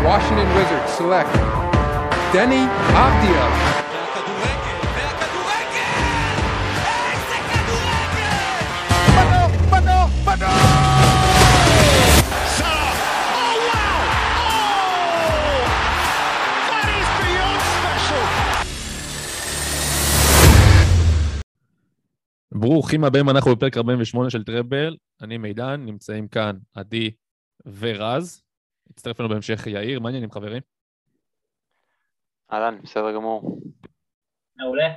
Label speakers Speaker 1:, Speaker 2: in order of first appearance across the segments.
Speaker 1: Washington Wizards select Deni Avdija.
Speaker 2: ברוכים הבאים, אנחנו בפרק 48 של טראבל. אני מידן, נמצאים כאן עדי ורז. הצטרף לנו בהמשך יאיר. מה העניינים, חברים?
Speaker 3: אהלן, בסדר גמור.
Speaker 4: מעולה.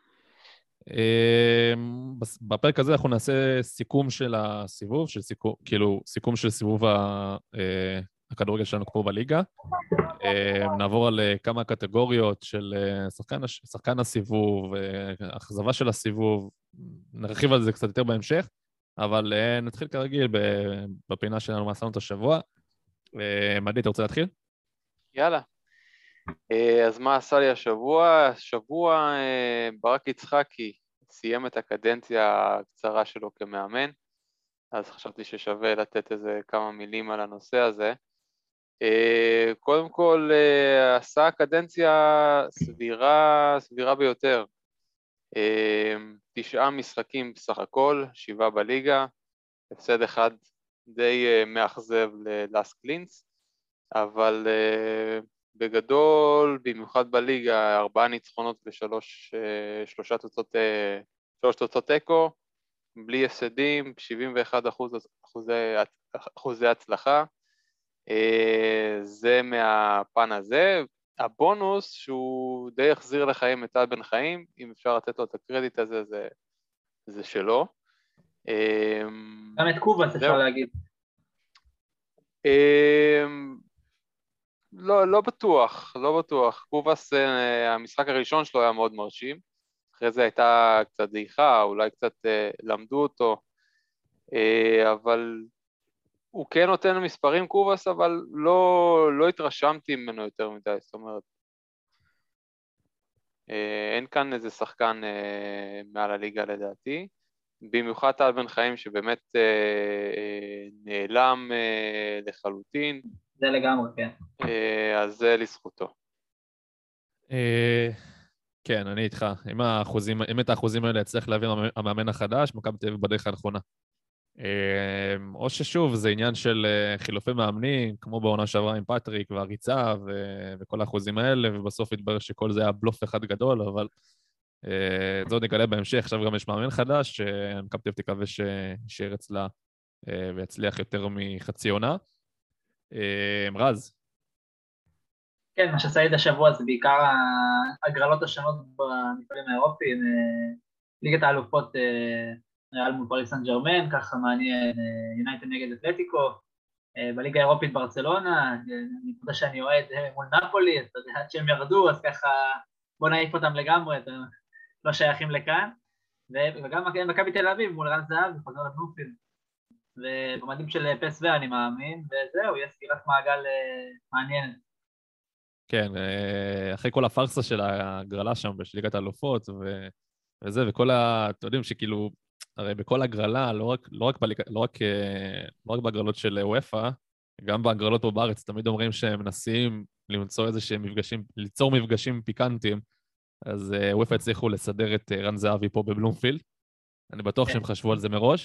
Speaker 2: בפרק הזה אנחנו נעשה סיכום של הסיבוב, סיכום של סיבוב הכדורגל שלנו פה בליגה. נעבור על כמה קטגוריות של שחקן הסיבוב, אכזבה של הסיבוב, נרחיב על זה קצת יותר בהמשך, אבל נתחיל כרגיל בפינה שלנו מה עשינו את השבוע. מדי, אתה רוצה להתחיל?
Speaker 3: יאללה. אז מה עשה לי השבוע? השבוע ברק יצחקי סיים את הקדנציה הקצרה שלו כמאמן, אז חשבתי ששווה לתת איזה כמה מילים על הנושא הזה. קודם כל, עשה קדנציה סבירה ביותר. 9 משחקים בסך הכל, 7 בליגה, הפסד אחד די מאכזב ללאס קלינץ, אבל בגדול, במיוחד בליגה, 4 ניצחונות ו3 תוצאות תיקו, בלי הפסדים, 71% הצלחה. זה מהפן הזה. הבונוס שהוא די החזיר לחיים את טל בן חיים, אם אפשר לתת לו את הקרדיט הזה, זה שלו.
Speaker 4: גם את קובאס אפשר להגיד.
Speaker 3: לא בטוח. קובאס, המשחק הראשון שלו היה מאוד מרשים, אחרי זה הייתה קצת דעיכה, אולי קצת למדו אותו, אבל הוא כן נותן מספרים קובאס, אבל לא התרשמתי ממנו יותר מדי, זאת אומרת, אין כאן איזה שחקן מעל הליגה לדעתי, במיוחד טל בן חיים שבאמת נעלם לחלוטין.
Speaker 4: זה לגמרי, כן.
Speaker 3: אז זה לזכותו.
Speaker 2: כן, אני איתך. אם את האחוזים האלה יצליח להעביר המאמן החדש, מכבי תל אביב בדרך הנכונה. או ששוב, זה עניין של חילופי מאמנים, כמו בעונה שעברה עם פטריק והריצה וכל האחוזים האלה, ובסוף התברר שכל זה היה בלוף אחד גדול, אבל זה עוד נגלה בהמשך. עכשיו גם יש מאמן חדש, שמכבי תל אביב תקווה שישאר אצלה ויצליח יותר מחצי עונה. רז.
Speaker 4: כן, מה שעשה לי את השבוע זה בעיקר ההגרלות השונות במפעלים האירופיים, ליגת האלופות ריאל מול פריס סן ז'רמן, ככה מעניין, יונייטד נגד אתלטיקו, בליגה האירופית ברצלונה, אני חושב שאני אוהד מול נפולי, אז אתה יודע, עד שהם ירדו, אז ככה בוא נעיף אותם לגמרי, אתם לא שייכים לכאן, וגם מכבי תל אביב מול רן זהב, וחוזר לבלומפילד, ובמדים של פסו אני מאמין, וזהו, יש סגירת מעגל מעניינת.
Speaker 2: כן, אחרי כל הפרסה של הגרלה שם בשליגת האלופות וזה, וכל אתם יודעים שכאילו, הרי בכל הגרלה, לא רק בהגרלות של וופא, גם בהגרלות פה בארץ, תמיד אומרים שהם מנסים למצוא איזשהם מפגשים, ליצור מפגשים פיקנטיים, אז וופא הצליחו לסדר את רן זהבי פה בבלומפילד, אני בטוח שהם חשבו על זה מראש.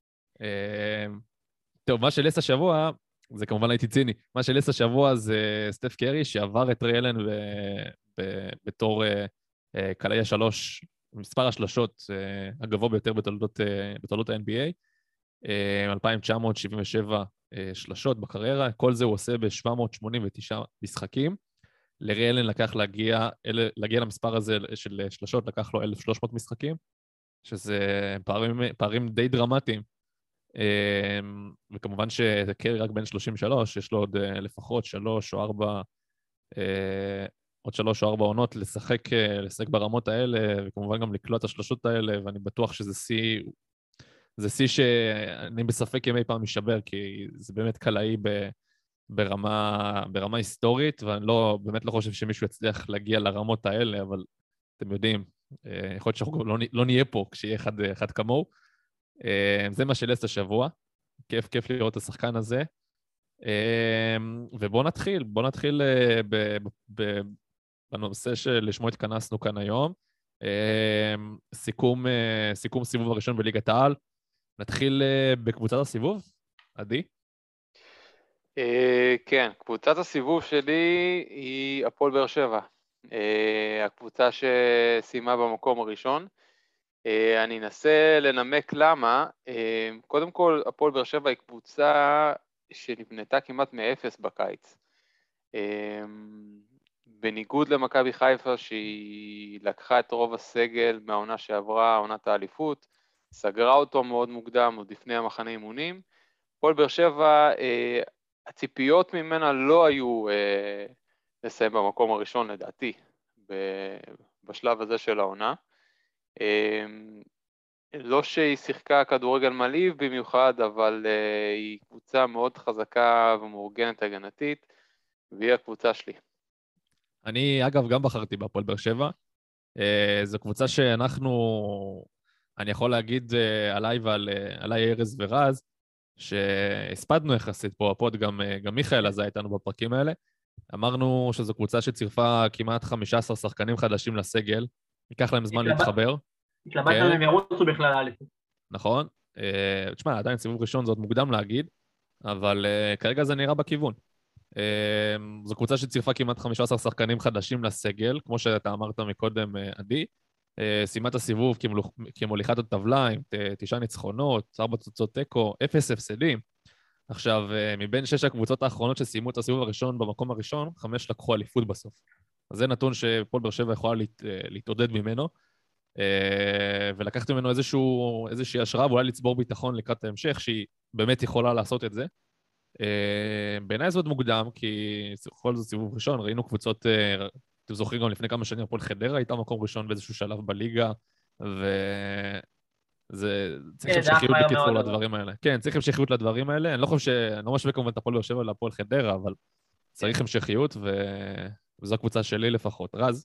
Speaker 2: טוב, מה שלס השבוע, זה כמובן הייתי ציני, מה שלס השבוע זה סטף קרי, שעבר את ריי אלן בתור קלעי השלוש, מספר השלשות הגבוה ביותר בתולדות ה-NBA, 2,977 שלשות בקריירה, כל זה הוא עושה ב-789 משחקים, לריי אלן לקח להגיע למספר הזה של שלשות, לקח לו 1,300 משחקים, שזה פערים די דרמטיים, וכמובן שקרי רק בן 33, יש לו עוד לפחות 3 או 4 עונות לשחק ברמות האלה, וכמובן גם לקלוע את השלשות האלה, ואני בטוח שזה שיא שאני בספק ימי פעם משבר, כי זה באמת קלעי ברמה היסטורית, ואני באמת לא חושב שמישהו יצליח להגיע לרמות האלה, אבל אתם יודעים, יכול להיות שאנחנו לא נהיה פה כשיהיה אחד כמוהו. זה מה שלס השבוע, כיף לראות את השחקן הזה. ובואו נתחיל בנושא שלשמו התכנסנו כאן היום. סיכום סיבוב הראשון בליגת העל. נתחיל בקבוצת הסיבוב, עדי?
Speaker 3: כן, קבוצת הסיבוב שלי היא הפועל באר שבע. הקבוצה שסיימה במקום הראשון. אני אנסה לנמק למה. קודם כל, הפועל באר שבע היא קבוצה שנבנתה כמעט מאפס בקיץ. בניגוד למכבי חיפה שהיא לקחה את רוב הסגל מהעונה שעברה, עונת האליפות, סגרה אותו מאוד מוקדם עוד לפני המחנה אימונים. הפועל באר שבע, הציפיות ממנה לא היו לסיים במקום הראשון לדעתי, בשלב הזה של העונה. לא שהיא שיחקה כדורגל מלהיב במיוחד, אבל היא קבוצה מאוד חזקה ומאורגנת הגנתית, והיא הקבוצה שלי.
Speaker 2: אני אגב גם בחרתי בהפועל באר שבע. זו קבוצה אני יכול להגיד עליי עליי ארז ורז, שהספדנו יחסית פה הפוד, גם מיכאל אז איתנו בפרקים האלה. אמרנו שזו קבוצה שצירפה כמעט 15 שחקנים חדשים לסגל, ייקח להם זמן להתחבר.
Speaker 4: התלבטנו אם ירוצו בכלל האליפות.
Speaker 2: נכון. תשמע, עדיין סיבוב ראשון זה עוד מוקדם להגיד, אבל כרגע זה נראה בכיוון. זו קבוצה שצירפה כמעט 15 שחקנים חדשים לסגל, כמו שאתה אמרת מקודם, עדי. סיימת הסיבוב כמוליכת הטבלה עם 9 ניצחונות, 4 תוצאות תיקו, 0 הפסדים. עכשיו, מבין 6 הקבוצות האחרונות שסיימו את הסיבוב הראשון במקום הראשון, 5 לקחו אליפות בסוף. אז זה נתון שהפועל באר שבע יכולה להתעודד ממנו, ולקחת ממנו איזושהי השראה, ואולי לצבור ביטחון לקראת ההמשך, שהיא באמת יכולה לעשות את זה. בעיניי זה עוד מוקדם, כי בכל זאת סיבוב ראשון, ראינו קבוצות, אתם זוכרים גם לפני כמה שנים, הפועל חדרה הייתה מקום ראשון באיזשהו שלב בליגה, וזה צריך המשכיות בקיצור לדברים האלה. כן, צריך המשכיות לדברים האלה. אני לא משווה כמובן את הפועל באר שבע להפועל חדרה, אבל צריך המשכיות, וזו הקבוצה שלי לפחות. רז?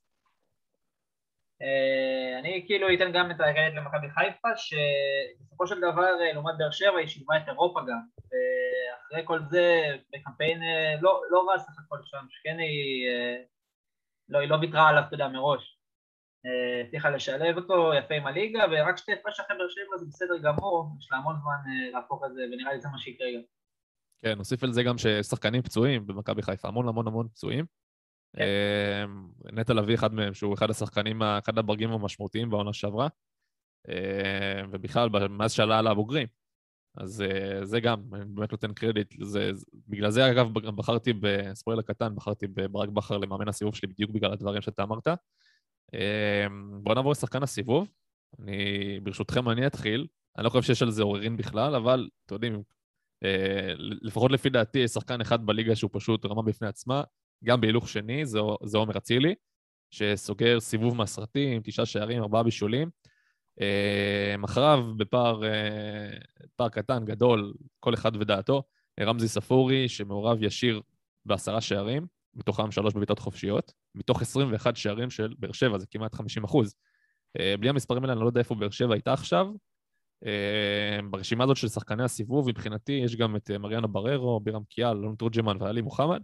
Speaker 4: אני כאילו אתן גם את הקרדיט למכבי חיפה, שבסופו של דבר לעומת באר שבע היא שילבה את אירופה גם, ואחרי כל זה בקמפיין לא רע סך הכל שם, שכן היא לא ויתרה עליו, אתה יודע, מראש. הצליחה לשלב אותו יפה עם הליגה, ורק 2 הפרש אחרי באר שבע זה בסדר גמור, יש לה המון זמן להפוך את זה, ונראה לי זה מה שיקרה גם. כן,
Speaker 2: נוסיף על זה גם ששחקנים פצועים במכבי חיפה, המון פצועים.
Speaker 4: נטע
Speaker 2: לביא אחד מהם, שהוא אחד השחקנים, אחד הברגים המשמעותיים בעונה שעברה, ובכלל, מאז שעלה על הבוגרים. אז זה גם, אני באמת נותן קרדיט. בגלל זה, אגב, בחרתי בספוילר קטן, בחרתי בברק בכר למאמן הסיבוב שלי, בדיוק בגלל הדברים שאתה אמרת. בואו נעבור לשחקן הסיבוב. ברשותכם אני אתחיל. אני לא חושב שיש על זה עוררין בכלל, אבל, אתם יודעים, לפחות לפי דעתי, יש שחקן אחד בליגה שהוא פשוט רמה בפני עצמה, גם בהילוך שני, זה עומר אצילי, שסוגר סיבוב מהסרטים, 9 שערים, 4 בישולים. אחריו בפער קטן, גדול, כל אחד ודעתו, רמזי ספורי, שמעורב ישיר ב10 שערים, מתוכם 3 בביתות חופשיות, מתוך 21 שערים של באר שבע, זה כמעט 50%. בלי המספרים האלה, אני לא יודע איפה באר שבע הייתה עכשיו. ברשימה הזאת של שחקני הסיבוב, מבחינתי יש גם את מריאנו בררו, בירם קיאל, אלון תורג'מן ועלי מוחמד.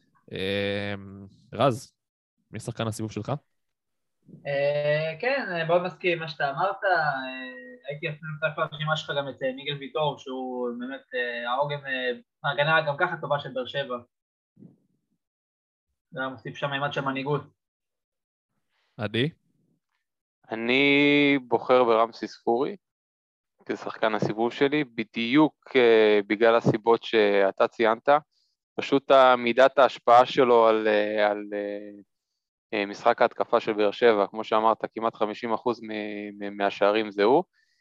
Speaker 2: רז, מי שחקן הסיבוב שלך?
Speaker 4: כן, מאוד מסכים מה שאתה אמרת. הייתי אפילו מצטרף לרשימה שלך גם את מיגל ויטור, שהוא באמת העוגן, ההגנה גם ככה טובה של באר שבע. זה מוסיף שם מימד של מנהיגות.
Speaker 2: עדי?
Speaker 3: אני בוחר ברמזי ספורי כשחקן הסיבוב שלי, בדיוק בגלל הסיבות שאתה ציינת. פשוט מידת ההשפעה שלו על משחק ההתקפה של באר שבע, כמו שאמרת, כמעט 50% מהשערים זהו.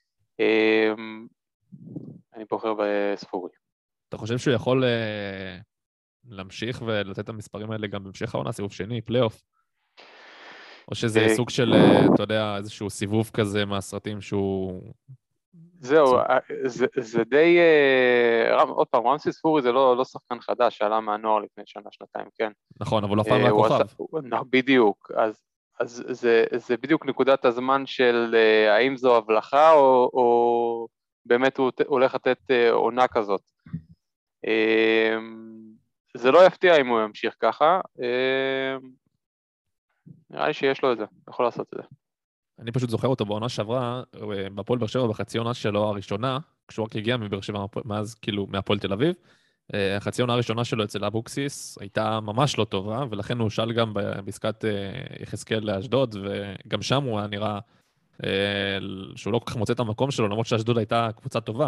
Speaker 3: אני בוחר בספורי.
Speaker 2: אתה חושב שהוא יכול להמשיך ולתת את המספרים האלה גם בהמשך העונה, סיבוב שני, פלייאוף? או שזה סוג של, אתה יודע, איזשהו סיבוב כזה מהסרטים שהוא...
Speaker 3: זהו, זה די... עוד פעם, רמזי ספורי זה לא שחקן חדש, שעלה מהנוער לפני שנה, שנתיים, כן.
Speaker 2: נכון, אבל אף פעם לא הכוכב.
Speaker 3: בדיוק, אז זה בדיוק נקודת הזמן של האם זו הבלחה, או באמת הוא הולך לתת עונה כזאת. זה לא יפתיע אם הוא ימשיך ככה, נראה לי שיש לו את זה, יכול לעשות את זה.
Speaker 2: אני פשוט זוכר אותו בעונה שעברה, בפועל באר שבע, בחצי עונה שלו הראשונה, כשהוא רק הגיע מבאר שבע, מאז כאילו מהפועל תל אביב, החצי עונה הראשונה שלו אצל אבוקסיס הייתה ממש לא טובה, ולכן הוא שאל גם בעסקת יחזקאל לאשדוד, וגם שם הוא היה נראה שהוא לא כל כך מוצא את המקום שלו, למרות שאשדוד הייתה קבוצה טובה.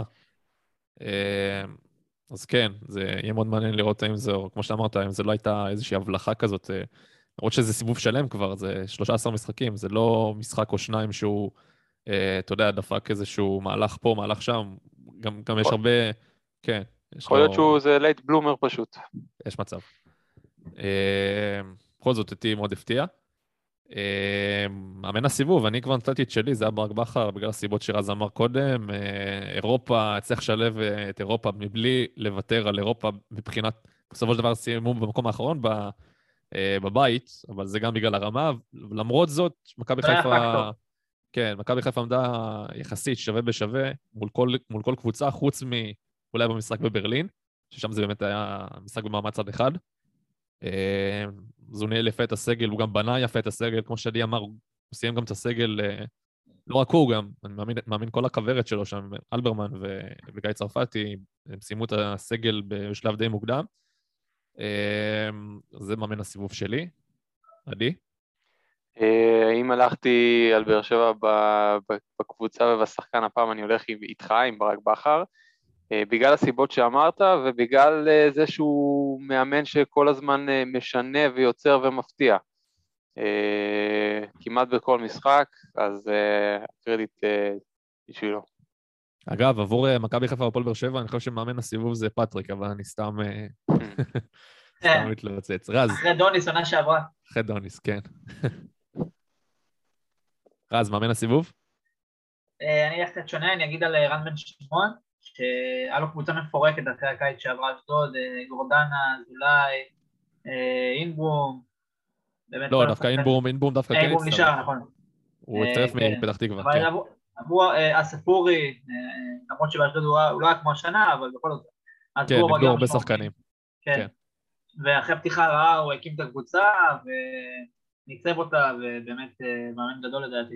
Speaker 2: אז כן, זה יהיה מאוד מעניין לראות אם זה, כמו שאמרת, אם זה לא הייתה איזושהי הבלחה כזאת, למרות שזה סיבוב שלם כבר, זה 13 משחקים, זה לא משחק או שניים שהוא, אתה יודע, דפק איזשהו מהלך פה, מהלך שם, גם יש הרבה, כן.
Speaker 3: יכול להיות שהוא זה לייט בלומר פשוט.
Speaker 2: יש מצב. בכל זאת, אותי מאוד הפתיע. מאמן הסיבוב, אני כבר נתתי את שלי, זה היה ברק בכר, בגלל הסיבות שרז אמר קודם, אירופה, צריך לשלב את אירופה מבלי לוותר על אירופה מבחינת, בסופו של דבר סיימו במקום האחרון בבית, אבל זה גם בגלל הרמה, למרות זאת, מכבי חיפה, כן, מכבי חיפה עמדה יחסית שווה בשווה מול כל קבוצה, חוץ אולי במשחק בברלין, ששם זה באמת היה משחק במעמד צד אחד. אז הוא ניהל יפה את הסגל, הוא גם בנה יפה את הסגל, כמו שלי אמר, הוא סיים גם את הסגל, לא רק הוא גם, אני מאמין כל הכברת שלו שם, אלברמן וגיא צרפתי, הם סיימו את הסגל בשלב די מוקדם. זה מאמן הסיבוב שלי. עדי?
Speaker 3: אם הלכתי על באר שבע בקבוצה ובשחקן הפעם, אני הולך איתך, עם ברק בכר, בגלל הסיבות שאמרת, ובגלל זה שהוא מאמן שכל הזמן משנה ויוצר ומפתיע. כמעט בכל משחק, אז קרדיט בשבילו.
Speaker 2: אגב, עבור מכבי חיפה והפועל באר שבע, אני חושב שמאמן הסיבוב זה פטריק, אבל אני סתם מתלוצץ. רז.
Speaker 4: אחרי דוניס, עונה שעברה.
Speaker 2: אחרי דוניס, כן. רז, מאמן הסיבוב?
Speaker 4: אני אלך קצת שונה, אני אגיד על רן בן שמעון, שהיה לו קבוצה מפורקת אחרי הקיץ שעברה אשדוד, גורדנה, אזולאי, אינברום.
Speaker 2: לא, דווקא אינברום דווקא כן.
Speaker 4: אינברום נשאר, נכון.
Speaker 2: הוא הצטרף מפתח תקווה, כן.
Speaker 4: אבל עברו אספורי, למרות שבאשדוד הוא לא היה כמו השנה, אבל בכל זאת.
Speaker 2: כן, נגדו הרבה שחקנים.
Speaker 4: כן. ואחרי פתיחה רעה הוא הקים את הקבוצה, וניצב אותה, ובאמת מאמן גדול לדעתי.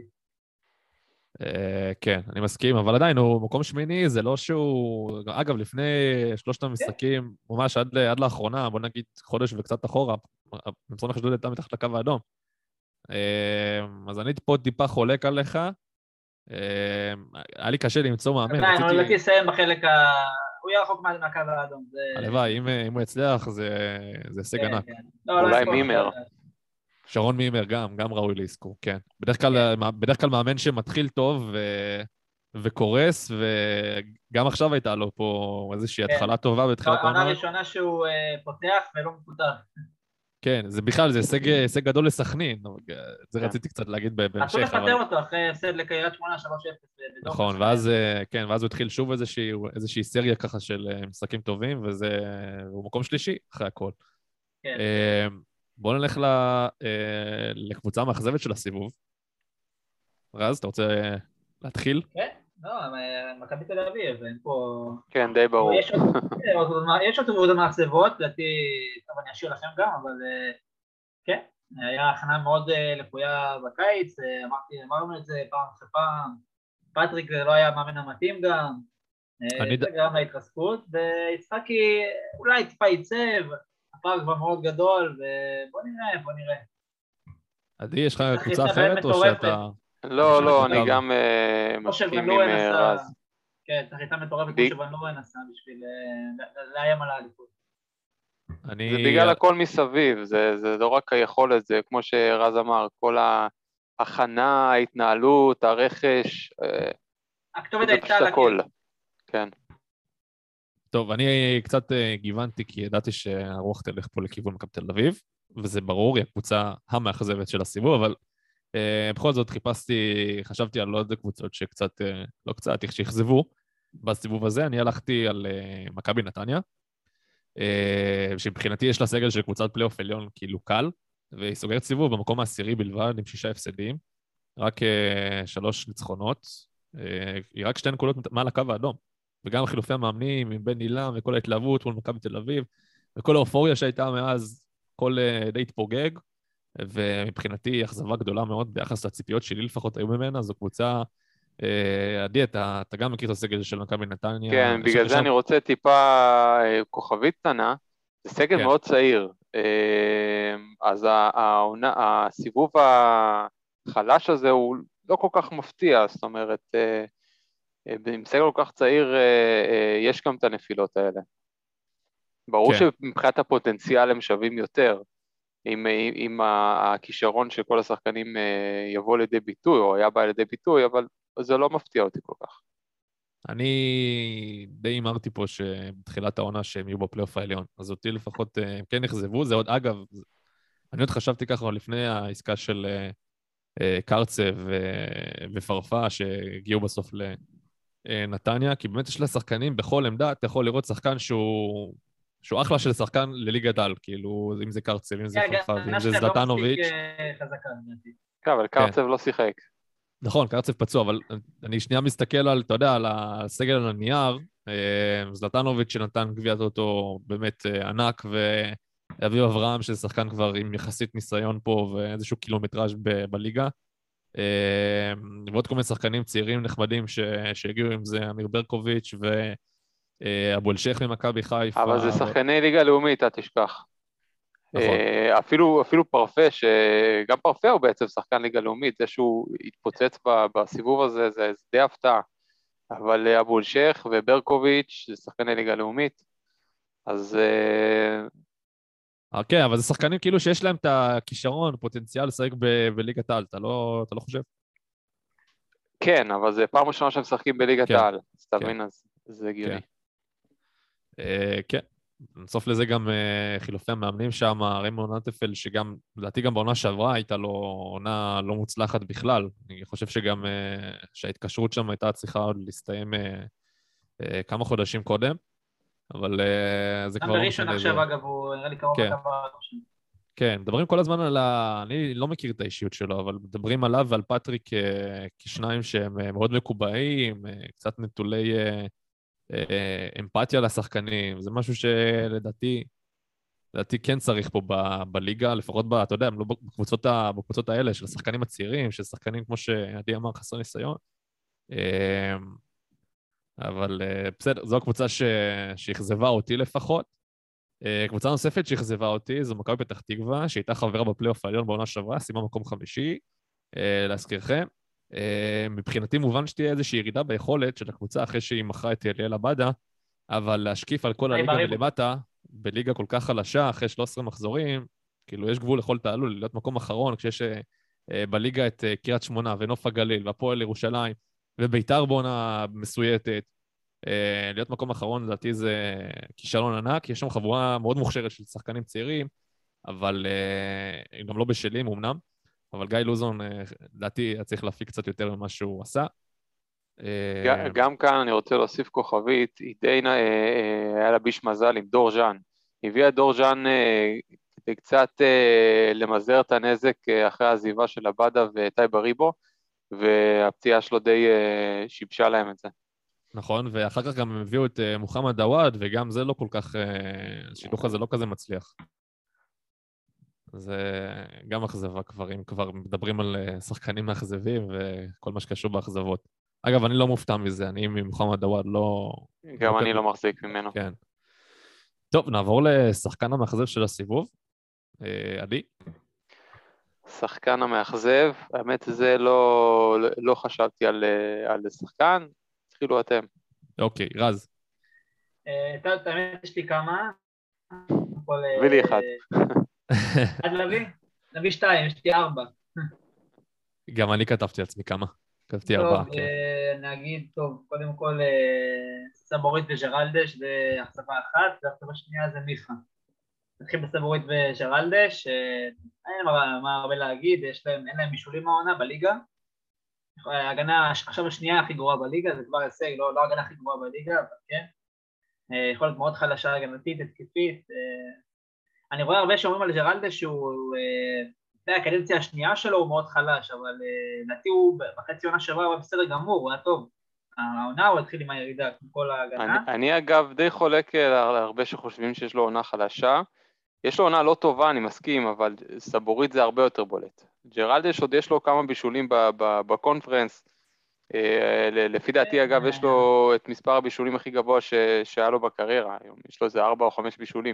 Speaker 2: כן, אני מסכים, אבל עדיין הוא מקום שמיני, זה לא שהוא... אגב, לפני 3 המשחקים, ממש עד לאחרונה, בוא נגיד חודש וקצת אחורה, מצרון אשדוד הייתה מתחת לקו האדום. אז אני פה טיפה חולק עליך, היה לי קשה למצוא מאמן.
Speaker 4: עדיין, הוא לדעתי יסיים בחלק הוא יהיה רחוק מהקו האדום.
Speaker 2: הלוואי, אם הוא יצליח, זה הישג ענק.
Speaker 3: אולי מימר.
Speaker 2: שרון מימר גם ראוי להזכור, כן. בדרך כלל מאמן שמתחיל טוב וקורס, וגם עכשיו הייתה לו פה איזושהי התחלה טובה בתחילת העונה.
Speaker 4: העונה הראשונה שהוא פותח ולא מפותח.
Speaker 2: כן, זה בכלל, זה הישג גדול לסכנין, זה רציתי קצת להגיד בהמשך.
Speaker 4: רצו לפטר אותו אחרי הפסד לקריית שמונה 3-0.
Speaker 2: נכון, ואז הוא התחיל שוב איזושהי סריה ככה של משחקים טובים, והוא מקום שלישי אחרי הכל.
Speaker 4: כן.
Speaker 2: בואו נלך לקבוצה המאכזבת של הסיבוב. רז, אתה רוצה להתחיל?
Speaker 4: כן, לא, מכבי תל אביב, אין פה...
Speaker 3: כן, די ברור.
Speaker 4: יש עוד תבואות המאכזבות, לדעתי, טוב, אני אשאיר לכם גם, אבל כן, היה הכנה מאוד לקויה בקיץ, אמרנו את זה פעם אחרי פעם, פטריק זה לא היה המאמן המתאים גם, זה גרם להתרסקות, ויצחקי אולי טיפה ייצב, הפער כבר מאוד גדול, ובוא נראה.
Speaker 2: עדי, יש לך קבוצה אחרת או שאתה...
Speaker 3: לא, אני גם מסכים עם רז.
Speaker 4: כן, תחליטה מטורפת כמו שבן לורן עשה בשביל לאיים על האליפות.
Speaker 3: זה בגלל הכל מסביב, זה לא רק היכולת, זה כמו שרז אמר, כל ההכנה, ההתנהלות, הרכש,
Speaker 4: הכתובת
Speaker 3: זה פשוט הכל. כן.
Speaker 2: טוב, אני קצת גיוונתי, כי ידעתי שהרוח תלך פה לכיוון מכבי תל אביב, וזה ברור, היא הקבוצה המאכזבת של הסיבוב, אבל בכל זאת חשבתי על עוד קבוצות שקצת, לא קצת, שהחזבו בסיבוב הזה. אני הלכתי על מכבי נתניה, שמבחינתי יש לה סגל של קבוצת פלייאוף עליון כאילו קל, והיא סוגרת סיבוב במקום העשירי בלבד עם 6 הפסדים, רק 3 ניצחונות, היא רק 2 נקודות מעל הקו האדום, וגם חילופי המאמנים עם בן אילם וכל ההתלהבות מול מכבי תל אביב, וכל האופוריה שהייתה מאז, כל די התפוגג, ומבחינתי אכזבה גדולה מאוד ביחס לציפיות שלי לפחות היו ממנה, זו קבוצה, עדי, אתה גם מכיר את הסגל של מכבי נתניה.
Speaker 3: כן, בגלל זה אני רוצה טיפה כוכבית קטנה, זה סגל
Speaker 2: כן.
Speaker 3: מאוד צעיר, אז הסיבוב החלש הזה הוא לא כל כך מפתיע, זאת אומרת, עם סגל כל כך צעיר יש גם את הנפילות האלה. ברור
Speaker 2: כן.
Speaker 3: שמבחינת הפוטנציאל הם שווים יותר, אם הכישרון של כל השחקנים יבוא לידי ביטוי, או היה בא לידי ביטוי, אבל זה לא מפתיע אותי כל כך.
Speaker 2: אני די אמרתי פה שבתחילת העונה שהם יהיו בפלייאוף העליון, אז אותי לפחות כן נכזבו, זה עוד אגב, אני עוד חשבתי ככה לפני העסקה של קרצב ופרפה שהגיעו בסוף לנתניה, כי באמת יש לה שחקנים בכל עמדה, אתה יכול לראות שחקן שהוא אחלה של שחקן לליגת העל, כאילו אם זה קרצב, אם זה פרפה, אם זה זלטנוביץ'.
Speaker 3: כן, אבל קרצב לא שיחק.
Speaker 2: נכון, קרצב פצוע, אבל אני שנייה מסתכל על, אתה יודע, על הסגל על הנייר, זלטנוביץ' שנתן גביע אותו באמת ענק, ואביב אברהם, שזה שחקן כבר עם יחסית ניסיון פה, ואיזשהו קילומטראז' בליגה, ועוד כל מיני שחקנים צעירים נחמדים שהגיעו עם זה, אמיר ברקוביץ' ואבו אלשייך ממכבי חיפה.
Speaker 3: אבל זה שחקני ליגה לאומית, אתה תשכח.
Speaker 2: נכון.
Speaker 3: אפילו פרפה, שגם פרפה הוא בעצם שחקן ליגה לאומית, זה שהוא התפוצץ בסיבוב הזה, זה די הפתעה. אבל אבו אלשייך וברקוביץ' זה שחקני ליגה לאומית, אז...
Speaker 2: כן, אבל זה שחקנים כאילו שיש להם את הכישרון, פוטנציאל לשחק בליגת העל, אתה לא חושב?
Speaker 3: כן, אבל זה פעם ראשונה שהם משחקים בליגת העל, אז תבין, אז זה הגיוני.
Speaker 2: כן. בסוף לזה גם חילופי המאמנים שם, ריימון נטפל, שגם, לדעתי גם בעונה שעברה הייתה לו עונה לא מוצלחת בכלל. אני חושב שגם שההתקשרות שם הייתה צריכה עוד להסתיים כמה חודשים קודם, אבל זה כבר לא משנה.
Speaker 4: עכשיו, אגב, הוא נראה לי קרוב לקבע.
Speaker 2: כן, מדברים כל הזמן על אני לא מכיר את האישיות שלו, אבל מדברים עליו ועל פטריק כשניים שהם מאוד מקובעים, קצת נטולי... אמפתיה לשחקנים, זה משהו שלדעתי כן צריך פה בליגה, לפחות אתה יודע, לא בקבוצות האלה של השחקנים הצעירים, של שחקנים כמו שעדי אמר, חסר ניסיון, אבל בסדר, זו הקבוצה שהחזבה אותי לפחות. קבוצה נוספת שהחזבה אותי זו מכבי פתח תקווה, שהייתה חברה בפלייאוף העליון בעונה שעברה, סיימה מקום חמישי, להזכירכם. מבחינתי מובן שתהיה איזושהי ירידה ביכולת של הקבוצה אחרי שהיא מכרה את אליאל עבדה, אבל להשקיף על כל הליגה מלמטה, בליגה כל כך חלשה, אחרי 13 מחזורים, כאילו יש גבול לכל תעלול, להיות מקום אחרון, כשיש בליגה את קריית שמונה ונוף הגליל, והפועל ירושלים, וביתר בעונה מסויטת, להיות מקום אחרון, לדעתי זה כישלון ענק, יש שם חבורה מאוד מוכשרת של שחקנים צעירים, אבל גם לא בשלים, אמנם, אבל גיא לוזון, לדעתי, צריך להפיק קצת יותר ממה שהוא עשה.
Speaker 3: גם כאן אני רוצה להוסיף כוכבית, היה לה ביש מזל עם דור ז'אן. הביאה דור ז'אן כדי קצת למזער את הנזק אחרי העזיבה של עבדה וטי בריבו, והפציעה שלו די שיבשה להם את זה.
Speaker 2: נכון, ואחר כך גם הם הביאו את מוחמד דוואד, וגם זה לא כל כך, השידוך הזה לא כזה מצליח. זה גם אכזבה כבר, אם כבר מדברים על שחקנים מאכזבים וכל מה שקשור באכזבות. אגב, אני לא מופתע מזה, אני ממוחמד דוואד לא...
Speaker 3: גם אני לא מחזיק ממנו.
Speaker 2: כן. טוב, נעבור לשחקן המאכזב של הסיבוב. עדי?
Speaker 3: שחקן המאכזב, האמת זה לא חשבתי על שחקן, התחילו אתם.
Speaker 2: אוקיי, רז.
Speaker 4: האמת יש לי כמה.
Speaker 3: ולי אחד.
Speaker 4: עד נביא 2, יש לי 4.
Speaker 2: גם אני כתבתי לעצמי כמה. כתבתי 4, כן.
Speaker 4: נגיד, טוב, קודם כל סבורית וג'רלדש, זה אכזבה אחת, והאכזבה השנייה זה מיכה. נתחיל בסבורית וג'רלדש, אין מה הרבה להגיד, אין להם מישולים מהעונה בליגה. ההגנה עכשיו השנייה הכי גרועה בליגה, זה כבר הישג, לא ההגנה הכי גרועה בליגה, אבל כן. יכולת מאוד חלשה, הגנתית, התקפית. אני רואה הרבה שאומרים על ג'רלדש שהוא, הקדנציה השנייה שלו הוא מאוד חלש, אבל לדעתי הוא בחצי עונה שעברה הוא בסדר גמור, הוא היה טוב. העונה, הוא התחיל עם הירידה, עם כל ההגנה.
Speaker 3: אני אגב די חולק על הרבה שחושבים שיש לו עונה חלשה. יש לו עונה לא טובה, אני מסכים, אבל סבורית זה הרבה יותר בולט. ג'רלדש עוד יש לו כמה בישולים בקונפרנס. לפי דעתי, אגב, יש לו את מספר הבישולים הכי גבוה שהיה לו בקריירה. היום יש לו איזה 4 או 5 בישולים.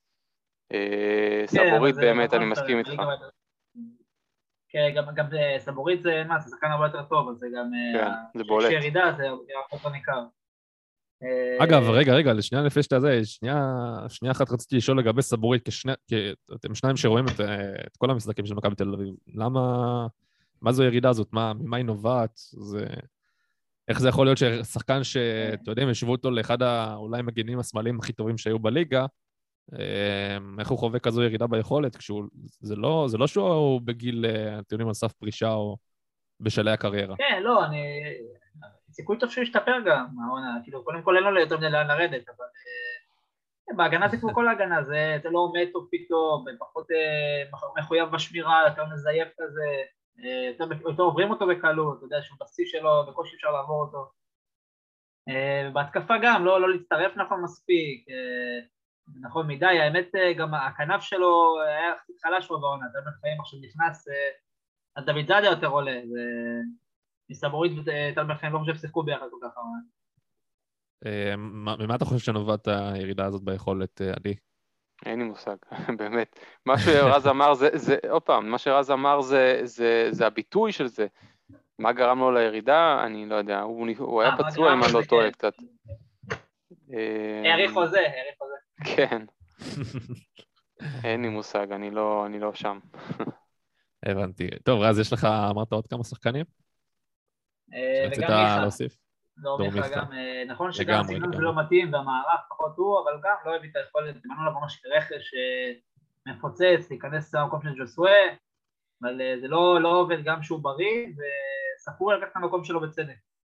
Speaker 3: סבורית באמת, אני מסכים איתך.
Speaker 4: כן, גם סבורית זה מה, זה שחקן הרבה יותר טוב, אז זה גם...
Speaker 3: כן, זה בולט.
Speaker 4: כשירידה זה הרבה יותר ניכר.
Speaker 2: אגב, רגע, לשנייה לפני שאתה זה, שנייה אחת רציתי לשאול לגבי סבורית, כי אתם שניים שרואים את כל המשחקים של מכבי תל אביב, מה זו הירידה הזאת? ממה היא נובעת? איך זה יכול להיות ששחקן שאתם יודעים, ישבו אותו לאחד אולי המגנים השמאליים הכי טובים שהיו בליגה, איך הוא חווה כזו ירידה ביכולת, זה לא שהוא בגיל, אתם יודעים, על סף פרישה או בשלהי הקריירה.
Speaker 4: כן, לא, סיכוי טוב שהוא ישתפר גם, כאילו, קודם כל אין לו יותר מדי לאן לרדת, אבל בהגנה זה כמו כל ההגנה, זה לא מת טוב פתאום, פחות מחויב בשמירה, יותר מזייף כזה, יותר עוברים אותו בקלות, אתה יודע שהוא בשיא שלו, בקושי אפשר לעבור אותו. בהתקפה גם, לא להצטרף נכון מספיק, נכון מדי, האמת גם הכנף שלו היה חלש פה בעונה, אתה יודע, חיים עכשיו נכנס, אז דוד זאדה יותר עולה, מסבורית וטל מלחם לא חושב ששיחקו ביחד כל כך הרבה.
Speaker 2: ממה אתה חושב שנובעת הירידה הזאת ביכולת, עדי?
Speaker 3: אין לי מושג, באמת. מה שרז אמר עוד פעם, מה שרז אמר זה הביטוי של זה. מה גרם לו לירידה? אני לא יודע, הוא היה פצוע אם אני לא טועה קצת.
Speaker 4: העריך חוזה.
Speaker 3: כן. אין לי מושג, אני לא שם.
Speaker 2: הבנתי. טוב, רז, יש לך, אמרת עוד כמה שחקנים?
Speaker 4: וגם מיכה.
Speaker 2: להוסיף?
Speaker 4: לא, מיכה גם, נכון שגם סגנון זה לא מתאים, והמערך פחות הוא, אבל גם לא הביא את היכולת, תמנו לה ממש רכש מפוצץ, להיכנס למקום של ג'וסווה, אבל זה לא עובד גם שהוא בריא, וספור לקח את המקום שלו בצדק.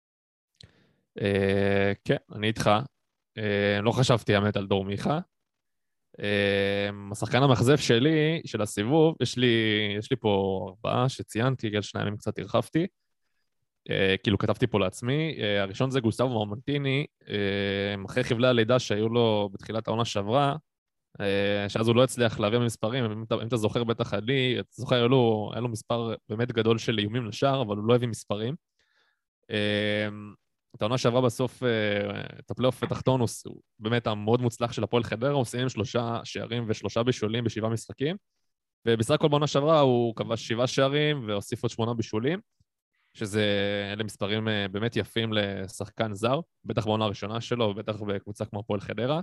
Speaker 2: כן, אני איתך. לא חשבתי האמת על דור מיכה. השחקן המחזב שלי, של הסיבוב, יש לי פה 4 שציינתי, גל 2 קצת הרחבתי, כאילו כתבתי פה לעצמי. הראשון זה גוסטבו מרמנטיני, אחרי חבלי הלידה שהיו לו בתחילת העונה שעברה, שאז הוא לא הצליח להביא מספרים, אם אתה זוכר בטח עלי, אתה זוכר, היה לו מספר באמת גדול של איומים לשער, אבל הוא לא הביא מספרים. את העונה שעברה בסוף, את הפלייאוף התחתון, הוא באמת המאוד מוצלח של הפועל חדרה, הוא סיים 3 שערים ו3 בישולים ב7 משחקים, ובסך הכל בעונה שעברה הוא כבש 7 שערים והוסיף עוד 8 בישולים, אלה מספרים באמת יפים לשחקן זר, בטח בעונה הראשונה שלו, ובטח בקבוצה כמו הפועל חדרה.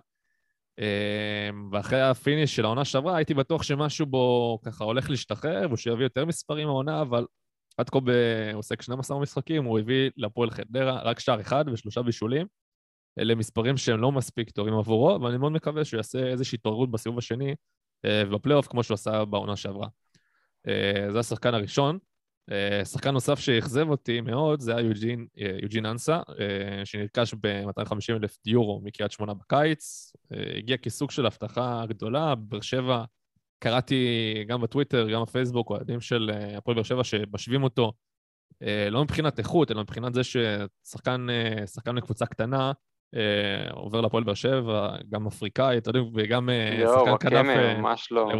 Speaker 2: ואחרי הפיניש של העונה שעברה, הייתי בטוח שמשהו בו ככה הולך להשתחרר, ושיביא יותר מספרים מהעונה, אבל עד כה הוא עוסק 12 משחקים, הוא הביא לפועל חדרה רק שער אחד ו3 בישולים. אלה מספרים שהם לא מספיק טובים עבורו, אבל אני מאוד מקווה שהוא יעשה איזושהי התעוררות בסיבוב השני, ובפלייאוף כמו שהוא עשה בעונה שעברה. זה השחקן הראשון. שחקן נוסף שהחזב אותי מאוד, זה היה יוג'ין אנסה, שנרכש ב-250,000 יורו מקריית שמונה בקיץ, הגיע כסוג של הבטחה גדולה, באר שבע, קראתי גם בטוויטר, גם בפייסבוק, אוהדים של הפועל באר שבע שמשווים אותו, לא מבחינת איכות, אלא מבחינת זה ששחקן לקבוצה קטנה, עובר לפועל באר שבע, גם אפריקאי, אתה יודע, וגם שחקן כנף...
Speaker 3: ממש לא.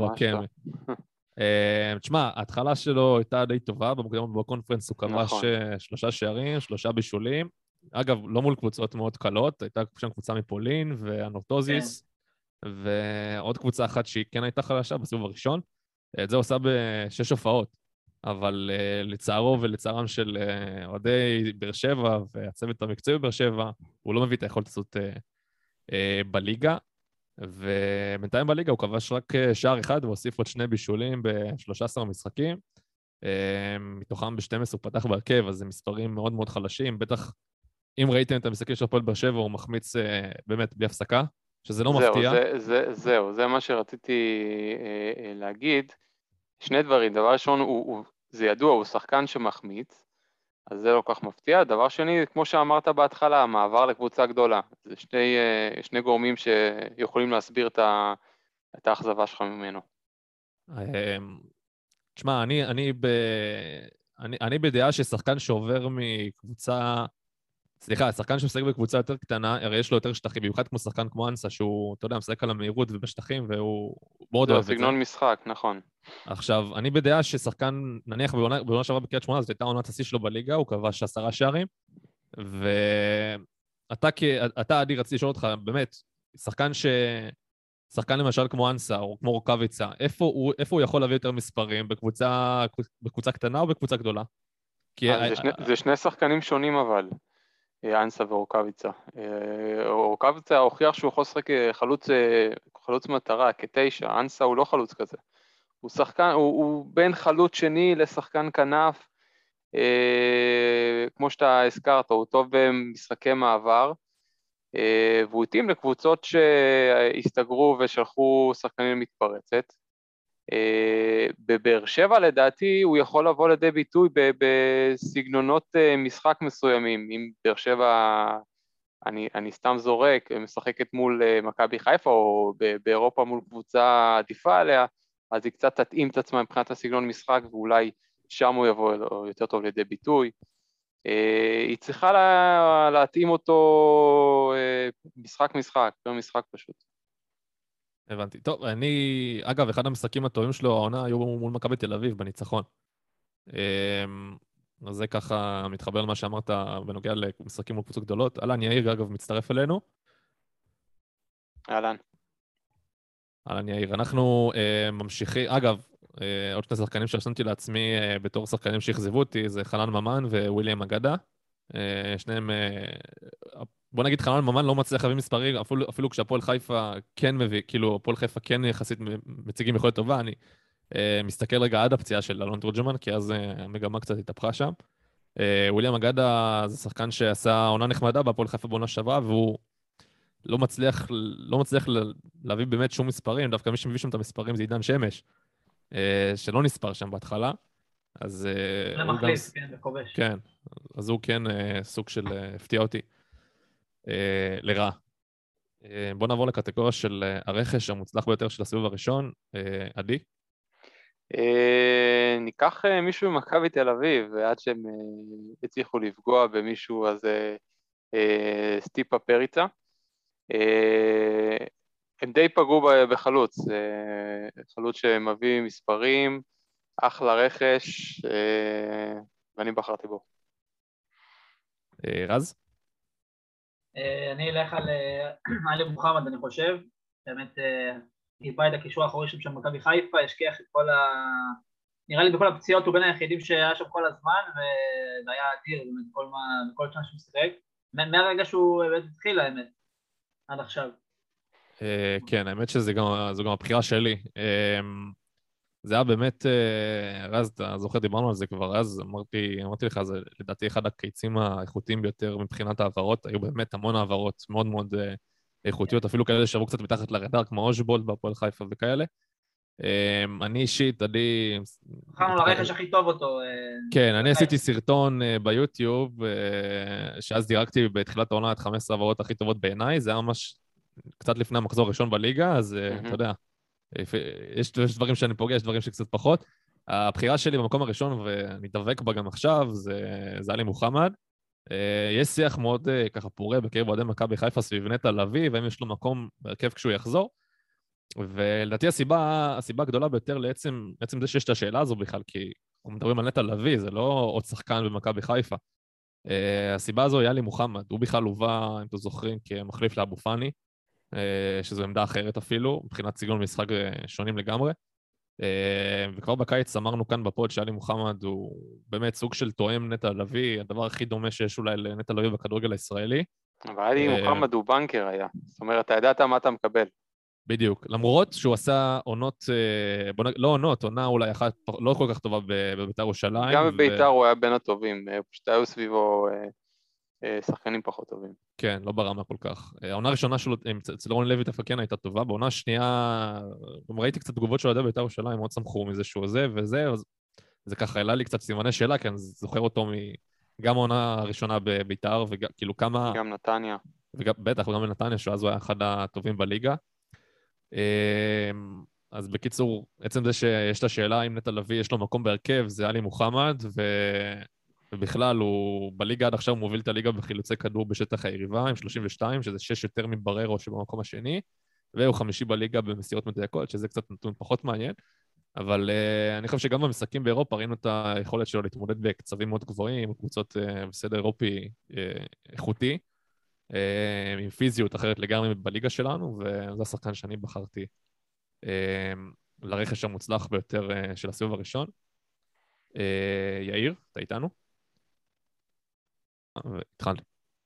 Speaker 2: תשמע, ההתחלה שלו הייתה די טובה, במוקדם בקונפרנס הוא כבש 3 שערים, 3 בישולים, אגב, לא מול קבוצות מאוד קלות, הייתה שם קבוצה מפולין ואנורטוזיס, ועוד קבוצה אחת שהיא כן הייתה חלשה בסיבוב הראשון, את זה עושה ב6 הופעות, אבל לצערו ולצערם של אוהדי באר שבע והצוות המקצועי בבאר שבע, הוא לא מביא את היכולת הזאת בליגה, ובינתיים בליגה הוא כבש רק שער אחד והוסיף עוד 2 בישולים ב13 משחקים, מתוכם ב12 הוא פתח בהרכב, אז זה מספרים מאוד מאוד חלשים, בטח אם ראיתם את המשחקים של הפועל באר שבע הוא מחמיץ באמת בלי הפסקה, שזה לא מפתיע.
Speaker 3: זה מה שרציתי להגיד, 2 דברים, דבר ראשון, זה ידוע, הוא שחקן שמחמיץ, אז זה לא כך מפתיע. דבר שני, כמו שאמרת בהתחלה, המעבר לקבוצה גדולה. זה שני גורמים שיכולים להסביר את האכזבה שלך ממנו.
Speaker 2: תשמע, אני בדעה ששחקן שעובר מקבוצה סליחה, שחקן שמשחק בקבוצה יותר קטנה, הרי יש לו יותר שטחים, במיוחד כמו שחקן כמו אנסה, שהוא, אתה יודע, משחק על המהירות ובשטחים, והוא מאוד אוהב את זה.
Speaker 3: זה סגנון משחק, נכון.
Speaker 2: עכשיו, אני בדעה ששחקן, נניח בעונה שעברה בקריית שמונה, זאת הייתה עונת השיא שלו בליגה, הוא כבש 10 שערים, ואתה, עדי, רציתי לשאול אותך, באמת, שחקן למשל כמו אנסה, או כמו רוקאביצה, איפה הוא יכול להביא יותר מספרים, בקבוצה קטנה או בקבוצה גדולה?
Speaker 3: זה שני שחקנים שונים אבל, אנסה ורוקאביצה. רוקאביצה הוכיח שהוא יכול לשחק חלוץ מטרה, כ9, אנסה הוא לא חלוץ כזה. הוא בין חלוץ שני לשחקן כנף, כמו שאתה הזכרת, הוא טוב במשחקי מעבר, והוא התאים לקבוצות שהסתגרו ושלחו שחקנים מתפרצת. בבאר שבע לדעתי הוא יכול לבוא לידי ביטוי בסגנונות משחק מסוימים. אם באר שבע, אני סתם זורק, משחקת מול מכבי חיפה או באירופה מול קבוצה עדיפה עליה, אז היא קצת תתאים את עצמה מבחינת הסגנון משחק, ואולי שם הוא יבוא יותר טוב לידי ביטוי. היא צריכה להתאים אותו משחק פשוט.
Speaker 2: הבנתי. טוב, אגב, אחד המשחקים הטובים שלו, העונה, היו מול מכבי תל אביב, בניצחון. אז זה ככה מתחבר למה שאמרת בנוגע למשחקים מול קבוצות גדולות. אלן יאיר, אגב, מצטרף אלינו.
Speaker 3: אהלן.
Speaker 2: אהלן יאיר. אנחנו ממשיכים, אגב, עוד שני שחקנים שרשמתי לעצמי בתור שחקנים שהחזיבו אותי, זה חנן ממן וויליאם אגדה. שניהם, בוא נגיד חנן ממן לא מצליח להביא מספרים, אפילו כשהפועל חיפה כן מביא, כאילו הפועל חיפה כן יחסית מציגים יכולת טובה, אני מסתכל רגע עד הפציעה של אלון תורג'מן, כי אז המגמה קצת התהפכה שם. וויליאם אגדה זה שחקן שעשה עונה נחמדה בהפועל חיפה בעונה שעברה, והוא לא מצליח להביא באמת שום מספרים, דווקא מי שמביא שם את המספרים זה עידן שמש, שלא נספר שם בהתחלה. אז
Speaker 4: למחליף, כן, וכובש.
Speaker 2: כן, אז הוא כן סוג של הפתיע אותי לרעה. בוא נעבור לקטגוריה של הרכש המוצלח ביותר של הסיבוב הראשון. עדי?
Speaker 3: ניקח מישהו ממכבי תל אביב, ועד שהם הצליחו לפגוע במישהו, אז סטיפה פריצה. הם די פגעו בחלוץ, חלוץ שמביא מספרים, אחלה רכש, ואני בחרתי בו.
Speaker 2: רז?
Speaker 4: אני אלך על עלי מוחמד, אני חושב, באמת גיבה את הקישור האחורי שם מכבי חיפה, השכיח את כל נראה לי בכל הפציעות הוא בין היחידים שהיה שם כל הזמן, וזה היה אדיר, באמת, בכל שנה שהוא משחק, מהרגע שהוא באמת התחיל, האמת, עד עכשיו.
Speaker 2: כן, האמת שזו גם הבחירה שלי. זה היה באמת, רז, אתה זוכר, דיברנו על זה כבר, אז אמרתי לך, זה לדעתי אחד הקיצים האיכותיים ביותר מבחינת העברות, היו באמת המון העברות מאוד מאוד איכותיות, אפילו כאלה שעברו קצת מתחת לרדאר, כמו אושבולט בהפועל חיפה וכאלה. אני אישית,
Speaker 4: בחרנו לרכש הכי טוב אותו.
Speaker 2: כן, אני עשיתי סרטון ביוטיוב, שאז דירקתי בתחילת העונה את 15 העברות הכי טובות בעיניי, זה היה ממש קצת לפני המחזור הראשון בליגה, אז אתה יודע, יש דברים שאני פוגע, יש דברים שקצת פחות. הבחירה שלי במקום הראשון, ואני דבק בה גם עכשיו, זה עלי מוחמד. יש שיח מאוד ככה פורה בקרב אוהדי מכבי חיפה סביב נטע לביא, ואם יש לו מקום בהרכב כשהוא יחזור. ולדעתי הסיבה הגדולה ביותר לעצם זה שיש את השאלה הזו בכלל, כי אנחנו מדברים על נטע לביא, זה לא עוד שחקן במכבי חיפה. הסיבה הזו היא עלי מוחמד, הוא בכלל הובא, אם אתם זוכרים, כמחליף לאבו פאני, שזו עמדה אחרת אפילו, מבחינת סגנון משחק שונים לגמרי. וכבר בקיץ אמרנו כאן בפוד שעלי מוחמד הוא באמת סוג של תואם נטע לביא, הדבר הכי דומה שיש אולי לנטע לביא בכדורגל הישראלי.
Speaker 3: אבל עלי מוחמד הוא בנקר היה, זאת אומרת, אתה ידעת מה אתה מקבל.
Speaker 2: בדיוק, למרות שהוא עשה עונות, לא עונות, עונה אולי אחת לא כל כך טובה בבית"ר ירושלים.
Speaker 3: גם בבית"ר הוא היה בין הטובים, פשוט היו סביבו שחקנים פחות טובים.
Speaker 2: כן, לא ברמה כל כך. העונה הראשונה שלו, אצל רוני לוי דווקא כן הייתה טובה, בעונה השנייה, גם ראיתי קצת תגובות של אוהדי בית"ר ירושלים, מאוד שמחו מזה שהוא זה וזה, אז זה ככה העלה לי קצת סימני שאלה, כי אני זוכר אותו גם העונה הראשונה בבית"ר, וכאילו כמה...
Speaker 3: גם נתניה.
Speaker 2: בטח, וגם בנתניה, שאז הוא היה אחד הטובים בליגה. אז בקיצור, עצם זה שיש את השאלה אם נטע לביא יש לו מקום בהרכב, זה עלי מוחמד, ובכלל הוא בליגה עד עכשיו מוביל את הליגה בחילוצי כדור בשטח היריבה עם 32, שזה 6 יותר מבררו שבמקום השני, והוא 5 בליגה במסירות מדויקות, שזה קצת נתון פחות מעניין, אבל אני חושב שגם במשחקים באירופה ראינו את היכולת שלו להתמודד בקצבים מאוד גבוהים, קבוצות בסדר אירופי איכותי, עם פיזיות אחרת לגמרי בליגה שלנו, וזה השחקן שאני בחרתי לרכש המוצלח ביותר של הסיבוב הראשון. יאיר, אתה איתנו? התחלתי.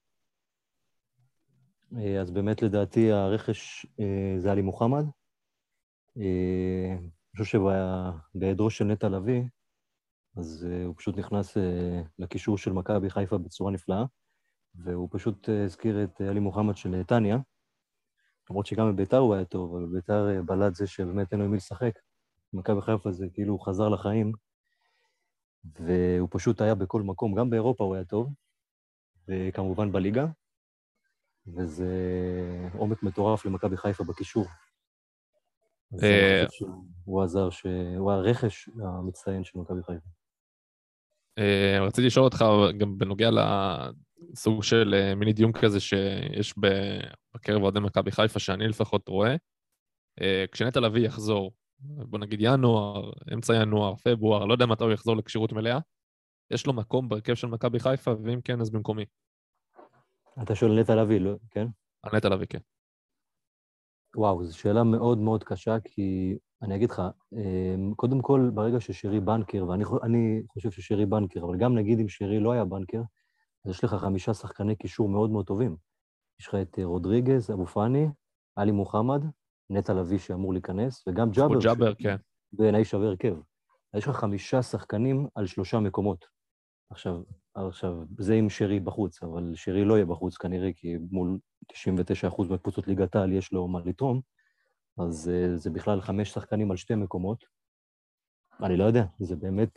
Speaker 5: אז באמת לדעתי הרכש זה עלי מוחמד. אני חושב שבהיעדרו של נטע לביא, אז הוא פשוט נכנס לקישור של מכבי חיפה בצורה נפלאה, והוא פשוט הזכיר את עלי מוחמד של נתניה, למרות שגם בביתר הוא היה טוב, אבל בביתר בלט זה שבאמת אין לו מי לשחק. מכבי חיפה זה כאילו הוא חזר לחיים, והוא פשוט היה בכל מקום, גם באירופה הוא היה טוב, וכמובן בליגה, וזה עומק מטורף למכבי חיפה בקישור. אז אני חושב שהוא הרכש המצטיין של מכבי חיפה.
Speaker 2: רציתי לשאול אותך גם בנוגע לסוג של מיני דיון כזה שיש בקרב אוהדי מכבי חיפה, שאני לפחות רואה, כשנטע לביא יחזור, בוא נגיד ינואר, אמצע ינואר, פברואר, לא יודע מתי הוא יחזור לכשירות מלאה, יש לו מקום בהרכב של מכבי חיפה, ואם כן, אז במקומי.
Speaker 5: אתה שואל נטע לביא, לא? כן?
Speaker 2: נטע לביא, כן.
Speaker 5: וואו, זו שאלה מאוד מאוד קשה, כי אני אגיד לך, קודם כל, ברגע ששרי בנקר, ואני חושב ששרי בנקר, אבל גם נגיד אם שרי לא היה בנקר, אז יש לך 5 שחקני קישור מאוד מאוד טובים. יש לך את רודריגז, אבו פאני, עלי מוחמד, נטע לביא שאמור להיכנס, וגם ג'אבר,
Speaker 2: כן.
Speaker 5: בעיניי שווה הרכב. יש לך 5 שחקנים על 3 מקומות. עכשיו, זה עם שרי בחוץ, אבל שרי לא יהיה בחוץ כנראה, כי מול 99% מהקבוצות ליגת העל יש לו מה לתרום, אז זה בכלל 5 שחקנים על 2 מקומות. אני לא יודע, זה באמת,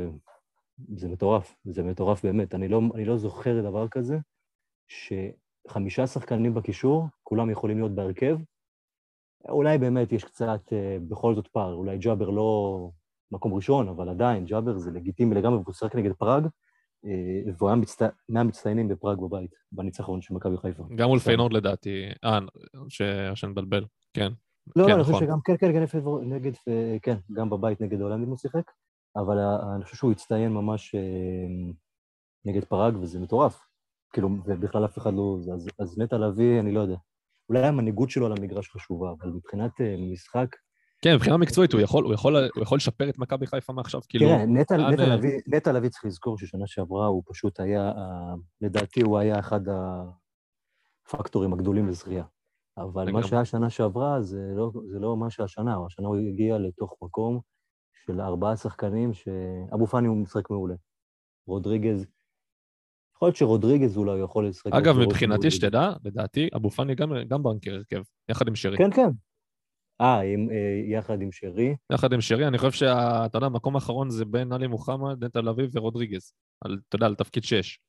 Speaker 5: זה מטורף באמת. אני לא זוכר דבר כזה, ש5 שחקנים בקישור, כולם יכולים להיות בהרכב, אולי באמת יש קצת בכל זאת פער, אולי ג'אבר לא מקום ראשון, אבל עדיין ג'אבר זה לגיטימי לגמרי, והוא שחק נגד פראג, והוא היה מהמצטיינים בפראג בבית, בניצחון של מכבי חיפה.
Speaker 2: גם מול פיינורד לדעתי, שנבלבל, כן.
Speaker 5: לא, אני חושב שגם, כן, גם בבית נגד ההולנדים הוא שיחק, אבל אני חושב שהוא הצטיין ממש נגד פראג, וזה מטורף. כאילו, ובכלל אף אחד לא, אז נטע לביא, אני לא יודע. אולי המנהיגות שלו על המגרש חשובה, אבל מבחינת משחק...
Speaker 2: כן, מבחינה מקצועית, הוא יכול לשפר את מכבי חיפה מעכשיו, כאילו...
Speaker 5: תראה, נטע לביא צריך לזכור ששנה שעברה הוא פשוט היה, לדעתי הוא היה אחד הפקטורים הגדולים לזכייה. אבל מה שהיה שנה שעברה זה לא מה שהשנה, השנה הוא הגיע לתוך מקום של 4 שחקנים, שאבו פאני הוא משחק מעולה. רודריגז, יכול להיות שרודריגז אולי הוא יכול לשחק...
Speaker 2: אגב, מבחינתי שתדע, לדעתי, אבו פאני גם בנקר הרכב, יחד עם שרי.
Speaker 5: כן, כן. יחד עם שרי.
Speaker 2: יחד עם שרי, אני חושב שאתה יודע, המקום האחרון זה בין עלי מוחמד, נטע לביא ורודריגז. אתה יודע, על תפקיד 6.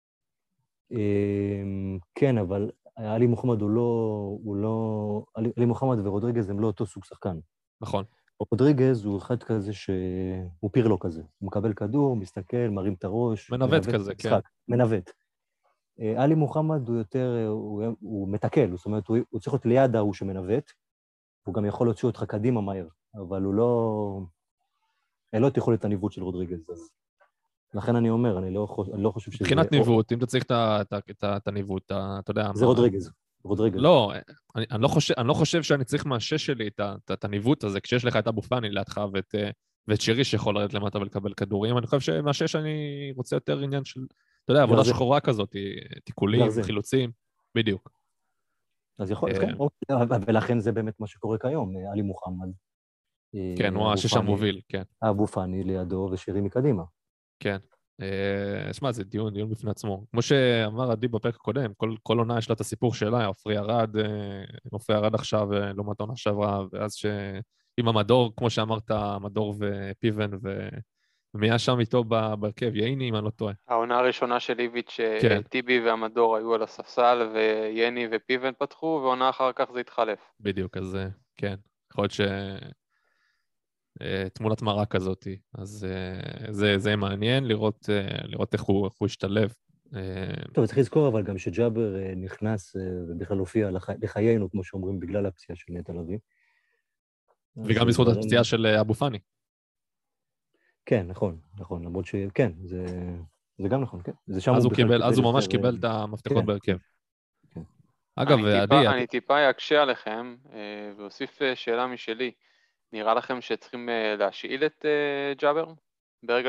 Speaker 5: כן, אבל עלי מוחמד עלי מוחמד ורודריגז הם לא אותו סוג שחקן.
Speaker 2: נכון.
Speaker 5: רודריגז הוא אחד כזה שהוא פירלו כזה. הוא מקבל כדור, מסתכל, מרים את הראש.
Speaker 2: מנווט כזה, כן.
Speaker 5: מנווט. עלי מוחמד הוא יותר, הוא מתקל, זאת אומרת, הוא צריך להיות ליד ההוא שמנווט, הוא גם יכול להוציא אותך קדימה מהר, אבל הוא אין לו את יכולת הניווט של רודריגז, אז לכן אני אומר, אני לא חושב שזה...
Speaker 2: מבחינת ניווט, אם אתה צריך את הניווט, אתה יודע...
Speaker 5: זה רודריגז.
Speaker 2: לא, אני לא חושב שאני צריך מהשש שלי את הניווט הזה, כשיש לך את אבו פאני לידך ואת שרי שיכול לרדת למטה ולקבל כדורים, אני חושב שמהשש אני רוצה יותר עניין של, אתה יודע, עבודה שחורה כזאת, תיקולים, חילוצים, בדיוק.
Speaker 5: אז יכול, כן, ולכן זה באמת מה שקורה כיום, עלי מוחמד.
Speaker 2: כן, הוא השש המוביל, כן.
Speaker 5: אבו פאני לידו ושירי מקדימה.
Speaker 2: כן. שמע, זה דיון בפני עצמו. כמו שאמר עדי בפרק הקודם, כל עונה יש לה את הסיפור שלה, עופרי ארד עכשיו לעומת עונה שעברה, ואז עם המדור, כמו שאמרת, המדור ופיבן, ומי היה שם איתו בהרכב, ייני, אם אני לא טועה.
Speaker 3: העונה הראשונה של איביץ', טיבי והמדור היו על הספסל, וייני ופיבן פתחו, ועונה אחר כך זה התחלף.
Speaker 2: בדיוק, אז כן, יכול להיות תמונת מראה כזאת. אז זה מעניין לראות איך הוא ישתלב.
Speaker 5: טוב, צריך לזכור אבל גם שג'אבר נכנס ובכלל הופיע לחיינו, כמו שאומרים, בגלל הפציעה של נטע לביא.
Speaker 2: וגם בזכות הפציעה של אבו פאני.
Speaker 5: כן, נכון, למרות שכן, זה גם נכון, כן.
Speaker 2: אז הוא ממש קיבל את המפתחות בהרכב. אגב,
Speaker 3: אני טיפה אקשה עליכם, ואוסיף שאלה משלי. נראה לכם שצריכים להשאיל את ג'אבר? ברגע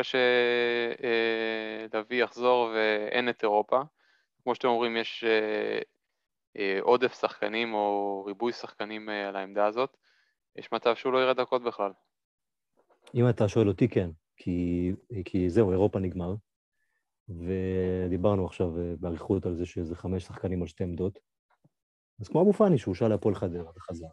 Speaker 3: שלוי יחזור ואין את אירופה, כמו שאתם אומרים, יש עודף שחקנים או ריבוי שחקנים על העמדה הזאת, יש מצב שהוא לא ירד דקות בכלל.
Speaker 5: אם אתה שואל אותי, כן, כי זהו, אירופה נגמר, ודיברנו עכשיו בעריכות על זה שזה 5 שחקנים על 2 עמדות, אז כמו אבו פאני שהוא שאל להפועל חדרה וחזר.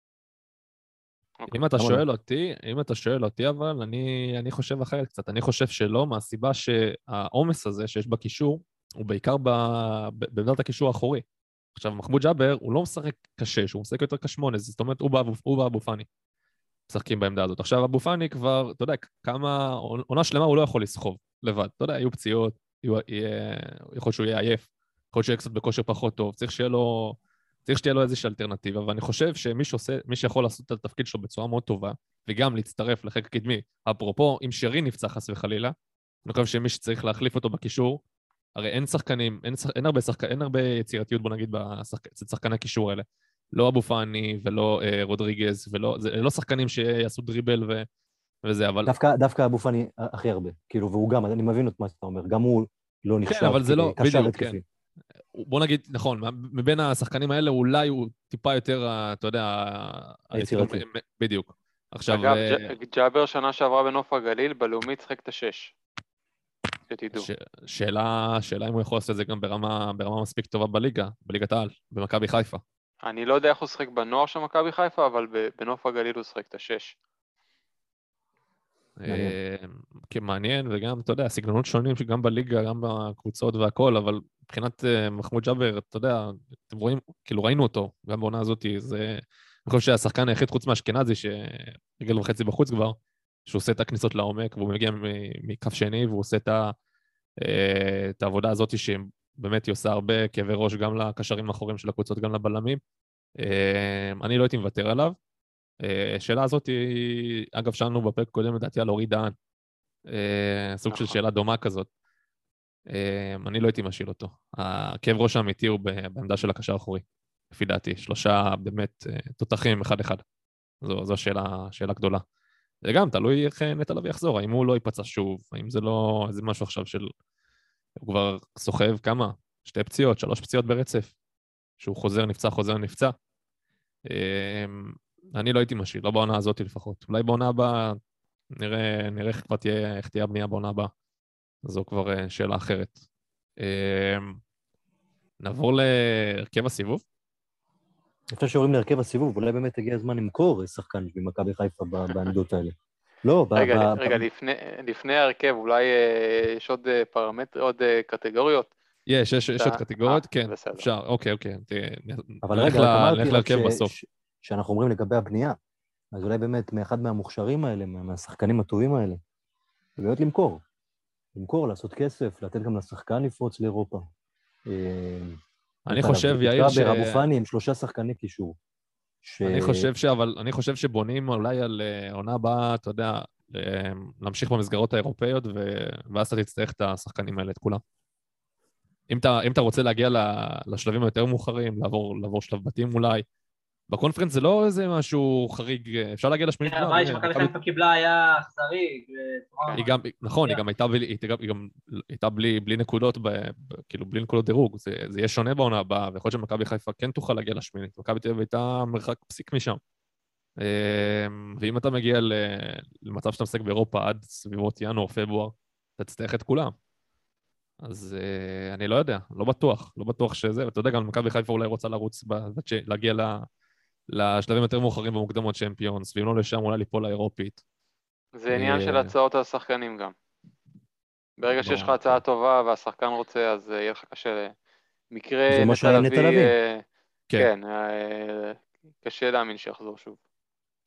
Speaker 2: אם אתה שואל אותי, אבל אני חושב אחרת קצת. אני חושב שלא, מהסיבה שהעומס הזה שיש בקישור, הוא בעיקר בעמדת הקישור האחורי. עכשיו, מחמוד ג'אבר, הוא לא משחק קשה, הוא משחק יותר כשמונה, זאת אומרת, הוא ואבו פאני משחקים בעמדה הזאת. עכשיו, אבו פאני כבר, אתה יודע, כמה, עונה שלמה הוא לא יכול לסחוב לבד. אתה יודע, יהיו פציעות, יכול להיות שהוא יהיה עייף, יכול להיות שהוא יהיה קצת בכושר פחות טוב, צריך שתהיה לו איזושהי אלטרנטיבה, ואני חושב שמי שיכול לעשות את התפקיד שלו בצורה מאוד טובה, וגם להצטרף לחלק הקדמי, אפרופו, אם שרי נפצע חס וחלילה, אני חושב שמי שצריך להחליף אותו בקישור, הרי אין שחקנים, אין הרבה יצירתיות, בוא נגיד, אצל שחקני הקישור האלה. לא אבו פאני ולא רודריגז, זה לא שחקנים שיעשו דריבל וזה, אבל...
Speaker 5: דווקא אבו פאני הכי הרבה, כאילו, והוא גם, אני מבין את מה שאתה אומר, גם הוא לא נחשב קשר התקפי.
Speaker 2: בוא נגיד, נכון, מבין השחקנים האלה אולי הוא טיפה יותר, אתה יודע...
Speaker 5: היצירתי.
Speaker 2: בדיוק. עכשיו...
Speaker 3: אגב, ג'אבר שנה שעברה בנוף הגליל, בלאומית שחק את 6. שתדעו.
Speaker 2: שאלה אם הוא יכול לעשות את זה גם ברמה מספיק טובה בליגת העל, במכבי חיפה.
Speaker 3: אני לא יודע איך הוא שחק בנוער של מכבי חיפה, אבל בנוף הגליל הוא שחק את 6.
Speaker 2: מעניין, וגם, אתה יודע, סגנונות שונים שגם בליגה, גם בקבוצות והכל, אבל מבחינת מחמוד ג'אבר, אתה יודע, אתם רואים, כאילו ראינו אותו, גם בעונה הזאת, אני חושב שהשחקן היחיד חוץ מאשכנזי, שרגל וחצי בחוץ כבר, שהוא עושה את הכניסות לעומק, והוא מגיע מכף שני, והוא עושה את העבודה הזאת, שבאמת היא עושה הרבה כאבי ראש, גם לקשרים האחוריים של הקבוצות, גם לבלמים. אני לא הייתי מוותר עליו. השאלה הזאת היא, אגב, שאלנו בפרק קודם, לדעתי על אורי דהן, סוג של שאלה דומה כזאת. אני לא הייתי משאיל אותו. הכאב ראש האמיתי הוא בעמדה של הקשר האחורי, לפי דעתי. 3 באמת תותחים אחד. זו שאלה גדולה. וגם, תלוי איך נטע לביא יחזור, האם הוא לא ייפצע שוב, האם זה לא, זה משהו עכשיו של, הוא כבר סוחב כמה? 2 פציעות, 3 פציעות ברצף, שהוא חוזר נפצע. אני לא הייתי משאיל, לא בעונה הזאת לפחות. אולי בעונה הבאה, נראה איך תהיה הבנייה בעונה הבאה. זו כבר שאלה אחרת. נעבור להרכב הסיבוב?
Speaker 5: לפני שעולים להרכב הסיבוב, אולי באמת הגיע הזמן למכור שחקן במכבי חיפה בעמדות האלה. לא,
Speaker 3: רגע, לפני ההרכב, אולי יש עוד פרמטר, עוד קטגוריות?
Speaker 2: יש עוד קטגוריות, כן, אפשר, אוקיי.
Speaker 5: אבל רגע, אמרתי רק שאנחנו אומרים לגבי הבנייה, אז אולי באמת מאחד מהמוכשרים האלה, מהשחקנים הטובים האלה, זה באמת למכור, לעשות כסף, לתת גם לשחקן לפרוץ לאירופה.
Speaker 2: אני חושב, יאיר,
Speaker 5: אבו פאני עם 3 שחקני קישור.
Speaker 2: אני חושב שבונים אולי על עונה הבאה, אתה יודע, להמשיך במסגרות האירופאיות, ואז אתה תצטרך את השחקנים האלה, את כולם. אם אתה רוצה להגיע לשלבים היותר מאוחרים, לעבור שלב בתים אולי, בקונפרנס זה לא איזה משהו חריג, אפשר להגיע לשמינית גמר.
Speaker 4: מה שמכבי חיפה קיבלה היה אכזרי.
Speaker 2: נכון, היא גם הייתה בלי נקודות, כאילו בלי נקודות דירוג, זה יהיה שונה בעונה הבאה, ויכול להיות שמכבי חיפה כן תוכל להגיע לשמינית, מכבי תל אביב הייתה מרחק פסיק משם. ואם אתה מגיע למצב שאתה משחק באירופה עד סביבות ינואר, פברואר, אתה תצטרך את כולם. אז אני לא יודע, לא בטוח שזה, ואתה יודע, גם מכבי חיפה אולי רוצה לרוץ, להגיע לשלבים יותר מאוחרים במוקדמות צ'מפיונס, ואם לא לשם אולי ליפול לאירופית.
Speaker 3: זה עניין של הצעות על שחקנים גם. ברגע שיש לך הצעה טובה והשחקן רוצה, אז יהיה לך קשה. מקרה
Speaker 5: זה מה שהיה נטע לביא.
Speaker 3: כן, קשה להאמין שיחזור שוב.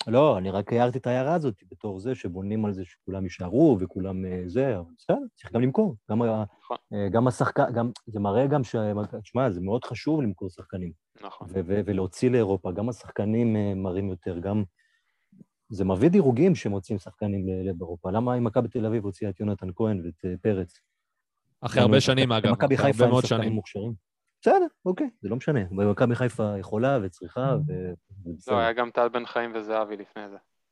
Speaker 5: לא, אני רק הערתי את ההערה הזאת, בתור זה שבונים על זה שכולם יישארו וכולם זה, אבל בסדר, צריך גם למכור. גם השחקן, זה מראה גם תשמע, זה מאוד חשוב למכור שחקנים.
Speaker 3: נכון.
Speaker 5: ולהוציא לאירופה, גם השחקנים מראים יותר, גם... זה מביא דירוגים שמוצאים שחקנים באירופה. למה אם מכבי תל אביב הוציאה את יונתן כהן ואת פרץ?
Speaker 2: אחרי הרבה שנים, אגב.
Speaker 5: במכבי
Speaker 2: אחרי
Speaker 5: חיפה
Speaker 2: הרבה מאוד
Speaker 5: אין שחקנים
Speaker 2: שנים.
Speaker 5: מוכשרים. בסדר, אוקיי, זה לא משנה. במכבי חיפה יכולה וצריכה, ובסדר.
Speaker 3: לא, היה גם טל בן חיים וזהבי לפני זה.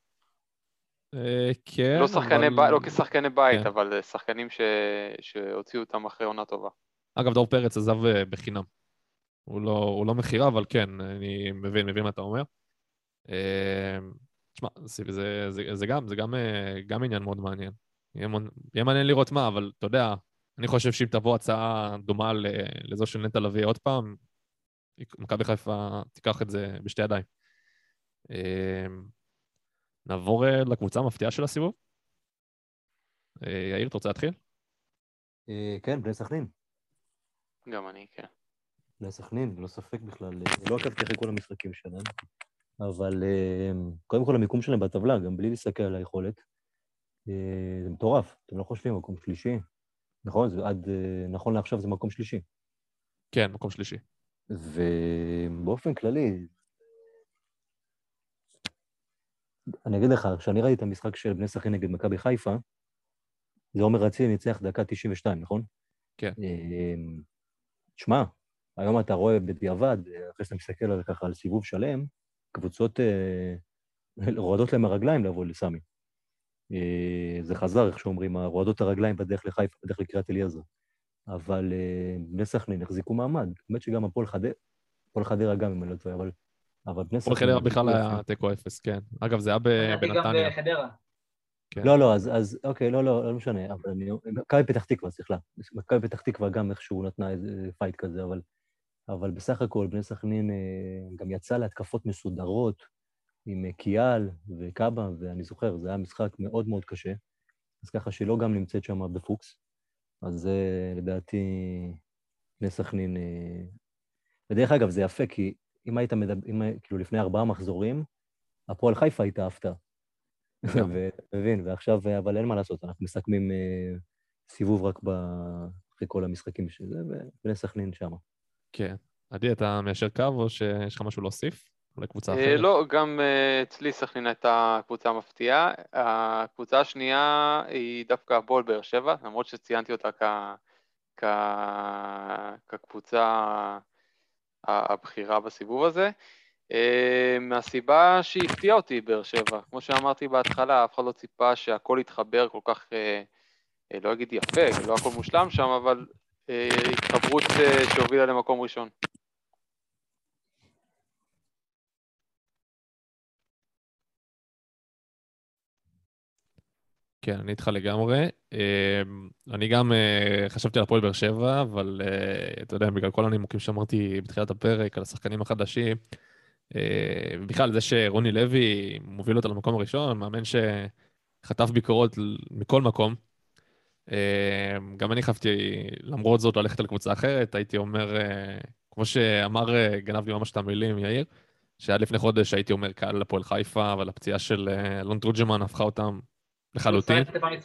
Speaker 2: כן,
Speaker 3: לא כשחקני בית,
Speaker 2: כן.
Speaker 3: אבל שחקנים שהוציאו אותם אחרי עונה טובה.
Speaker 2: אגב, דור פרץ עזב בחינם. הוא לא מכירה, אבל כן, אני מבין מה אתה אומר. תשמע, זה גם עניין מאוד מעניין. יהיה מעניין לראות מה, אבל אתה יודע, אני חושב שאם תבוא הצעה דומה לזו של נטע לביא עוד פעם, מכבי חיפה תיקח את זה בשתי ידיים. נעבור לקבוצה המפתיעה של הסיבוב. יאיר, אתה רוצה להתחיל?
Speaker 5: כן, בני סכנין.
Speaker 3: גם אני, כן.
Speaker 5: בני סכנין, ללא ספק בכלל. לא עקבתי אחרי כל המשחקים שלהם, אבל קודם כל המיקום שלהם בטבלה, גם בלי להסתכל על היכולת. זה מטורף, אתם לא חושבים, מקום שלישי. נכון, נכון לעכשיו זה מקום שלישי.
Speaker 2: כן, מקום שלישי.
Speaker 5: ובאופן כללי, אני אגיד לך, כשאני ראיתי את המשחק של בני סכנין נגד מכבי חיפה, זה עומר אצילי ניצח דקה 92, נכון?
Speaker 2: כן.
Speaker 5: תשמע, היום אתה רואה בדיעבד, אחרי שאתה מסתכל על ככה על סיבוב שלם, קבוצות רועדות להם הרגליים לבוא לסמי. זה חזר, איך שאומרים, רועדות הרגליים בדרך לחיפה, בדרך לקריית אליעזר. אבל בני סכנין החזיקו מעמד. באמת שגם הפועל חדרה גם, אם אני לא טועה, אבל בני סכנין...
Speaker 2: הפועל חדרה בכלל היה תיקו 0, כן. אגב, זה היה בנתניה.
Speaker 4: גם בחדרה.
Speaker 5: לא, אז אוקיי, לא משנה, אבל מכבי פתח תקווה, סליחה. מכבי פתח תקווה גם איכשהו נתנה איזה פייט כזה, אבל בסך הכל בני סכנין גם יצא להתקפות מסודרות עם קיאל וקאבה, ואני זוכר, זה היה משחק מאוד מאוד קשה, אז ככה שלא גם נמצאת שם בפוקס, אז לדעתי בני סכנין... בדרך אגב, זה יפה, כי אם היית כאילו לפני 4 מחזורים, הפועל חיפה הייתה הפתעה. ומבין, ועכשיו, אבל אין מה לעשות, אנחנו מסכמים סיבוב רק אחרי כל המשחקים שזה, ובני סכנין שם.
Speaker 2: כן. עדי, אתה מיישר קו או שיש לך משהו להוסיף? אולי קבוצה אחרת?
Speaker 3: לא, גם אצלי סכנין הייתה קבוצה מפתיעה. הקבוצה השנייה היא דווקא הפועל באר שבע, למרות שציינתי אותה כקבוצה הבחירה בסיבוב הזה. מהסיבה שהפתיעה אותי באר שבע, כמו שאמרתי בהתחלה, אף אחד לא ציפה שהכל יתחבר כל כך, לא אגיד יפה, לא הכל מושלם שם, אבל התחברות שהובילה למקום ראשון.
Speaker 2: כן, אני איתך לגמרי. אני גם חשבתי על הפועל באר שבע, אבל אתה יודע, בגלל כל הנימוקים שאמרתי בתחילת הפרק על השחקנים החדשים, ובכלל זה שרוני לוי מוביל אותה למקום הראשון, מאמן שחטף ביקורות מכל מקום. גם אני חפתי, למרות זאת, ללכת על קבוצה אחרת, הייתי אומר, כמו שאמר, גנב לי ממש את המילים, יאיר, שעד לפני חודש הייתי אומר קהל לפועל חיפה, אבל הפציעה של אלון טרוג'מן הפכה אותם לחלוטין.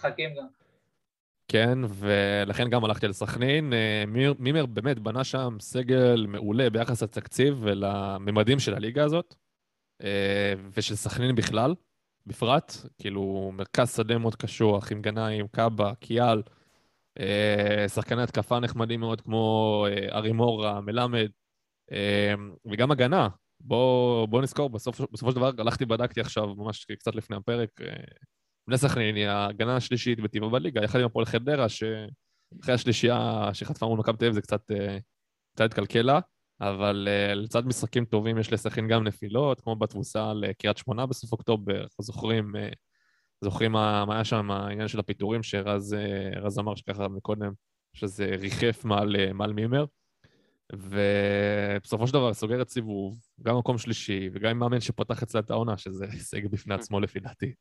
Speaker 2: כן, ולכן גם הלכתי על סכנין. מימר באמת בנה שם סגל מעולה ביחס לתקציב ולממדים של הליגה הזאת, ושל סכנין בכלל, בפרט, כאילו מרכז שדה מאוד קשוח, עם גנאים, קאבה, קיאל, שחקני התקפה נחמדים מאוד כמו ארי מורה, מלמד, וגם הגנה. בוא נזכור, בסופו של דבר הלכתי בדקתי עכשיו, ממש קצת לפני הפרק, בני סכנין היא ההגנה השלישית בטבעה בליגה, יחד עם הפועל חדרה, שאחרי השלישייה שחטפה מול מכבי תל אביב זה קצת התקלקל לה, אבל לצד משחקים טובים יש לסכנין גם נפילות, כמו בתבוסה לקריית שמונה בסוף אוקטובר, אנחנו זוכרים מה היה שם, העניין של הפיטורים שרז אמר שככה מקודם, שזה ריחף מעל מימר, ובסופו של דבר סוגרת סיבוב, גם מקום שלישי, וגם עם מאמן שפתח אצלה את העונה, שזה הישג בפני עצמו לפי דעתי.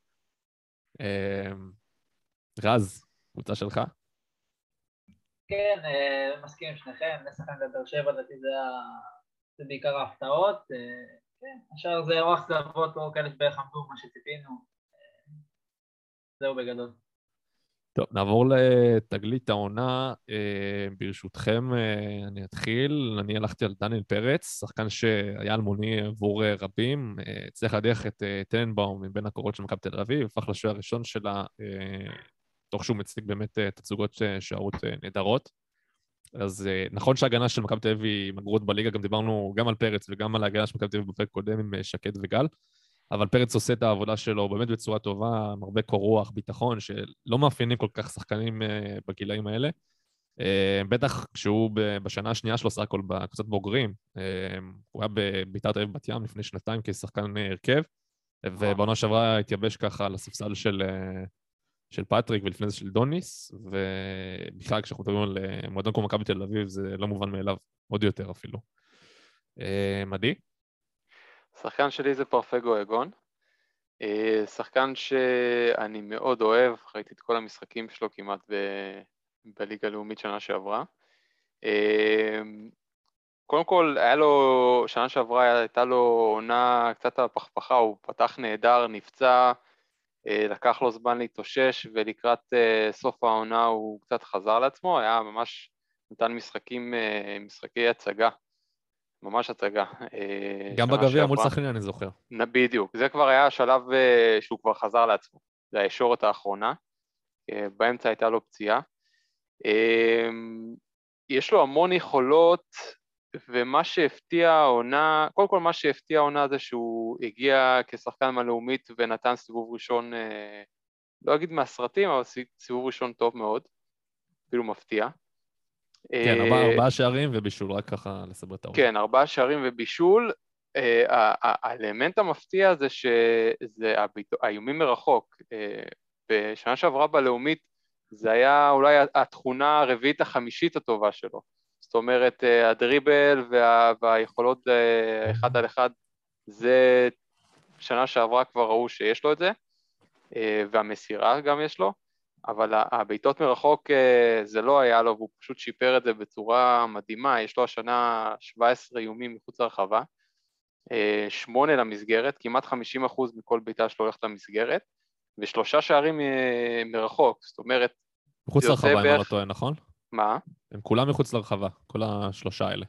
Speaker 2: רז, קבוצה שלך?
Speaker 4: כן, מסכים עם שניכם, נס סכנין ובאר שבע, לדעתי זה בעיקר ההפתעות, כן, השאר זה או אכזבות או כאלה שבערך עמדו מה שציפינו. זהו בגדול.
Speaker 2: טוב, נעבור לתגלית העונה. ברשותכם, אני אתחיל. אני הלכתי על דניאל פרץ, שחקן שהיה אלמוני עבור רבים. צריך להדיח את טננבאום מבין הקורות של מכבי תל אביב, הפך לשוער הראשון שלה, תוך שהוא מציג באמת תצוגות שערות נהדרות. אז נכון שההגנה של מכבי תל אביב היא מגרות בליגה, גם דיברנו גם על פרץ וגם על ההגנה של מכבי תל אביב בפרק קודם עם שקד וגל, אבל פרץ עושה את העבודה שלו באמת בצורה טובה, עם הרבה קור רוח, ביטחון, שלא מאפיינים כל כך שחקנים בגילאים האלה. בטח כשהוא בשנה השנייה שלו, סך הכל בקבוצת בוגרים, הוא היה בביתר תל אביב בת ים לפני שנתיים כשחקן הרכב, ובעונה שעברה התייבש ככה על הספסל של פטריק ולפני זה של דוניס, ובכלל כשאנחנו מדברים על מועדון כמו מכבי תל אביב, זה לא מובן מאליו, עוד יותר אפילו. מדי?
Speaker 3: שחקן שלי זה פרפגו אגון, שחקן שאני מאוד אוהב, ראיתי את כל המשחקים שלו כמעט בליגה הלאומית שנה שעברה. קודם כל, שנה שעברה הייתה לו עונה קצת הפכפכה, הוא פתח נהדר, נפצע, לקח לו זמן להתאושש, ולקראת סוף העונה הוא קצת חזר לעצמו, היה ממש נתן משחקי הצגה, ממש הצגה.
Speaker 2: גם בגביע מול סכנין אני זוכר.
Speaker 3: בדיוק, זה כבר היה השלב שהוא כבר חזר לעצמו, זה הישורת האחרונה, באמצע הייתה לו פציעה. יש לו המון יכולות, ומה שהפתיע העונה, קודם כל מה שהפתיע העונה זה שהוא הגיע כשחקן מהלאומית ונתן סיבוב ראשון, לא אגיד מהסרטים, אבל סיבוב ראשון טוב מאוד, אפילו מפתיע.
Speaker 2: כן, 4 שערים ובישול, רק ככה לסבר את האוזן.
Speaker 3: כן, 4 שערים ובישול. האלמנט המפתיע זה שזה האיומים מרחוק. בשנה שעברה בלאומית זה היה אולי התכונה הרביעית החמישית הטובה שלו. זאת אומרת, הדריבל והיכולות 1 על 1, זה שנה שעברה כבר ראו שיש לו את זה, והמסירה גם יש לו, אבל הבעיטות מרחוק זה לא היה לו, והוא פשוט שיפר את זה בצורה מדהימה. יש לו השנה 17 איומים מחוץ לרחבה, 8 למסגרת, כמעט 50% מכל בעיטה שלו הולכת למסגרת, ו3 שערים מרחוק, זאת אומרת...
Speaker 2: מחוץ לרחבה, אם אני לא טועה, נכון?
Speaker 3: מה?
Speaker 2: הם כולם מחוץ לרחבה, כל 3 האלה.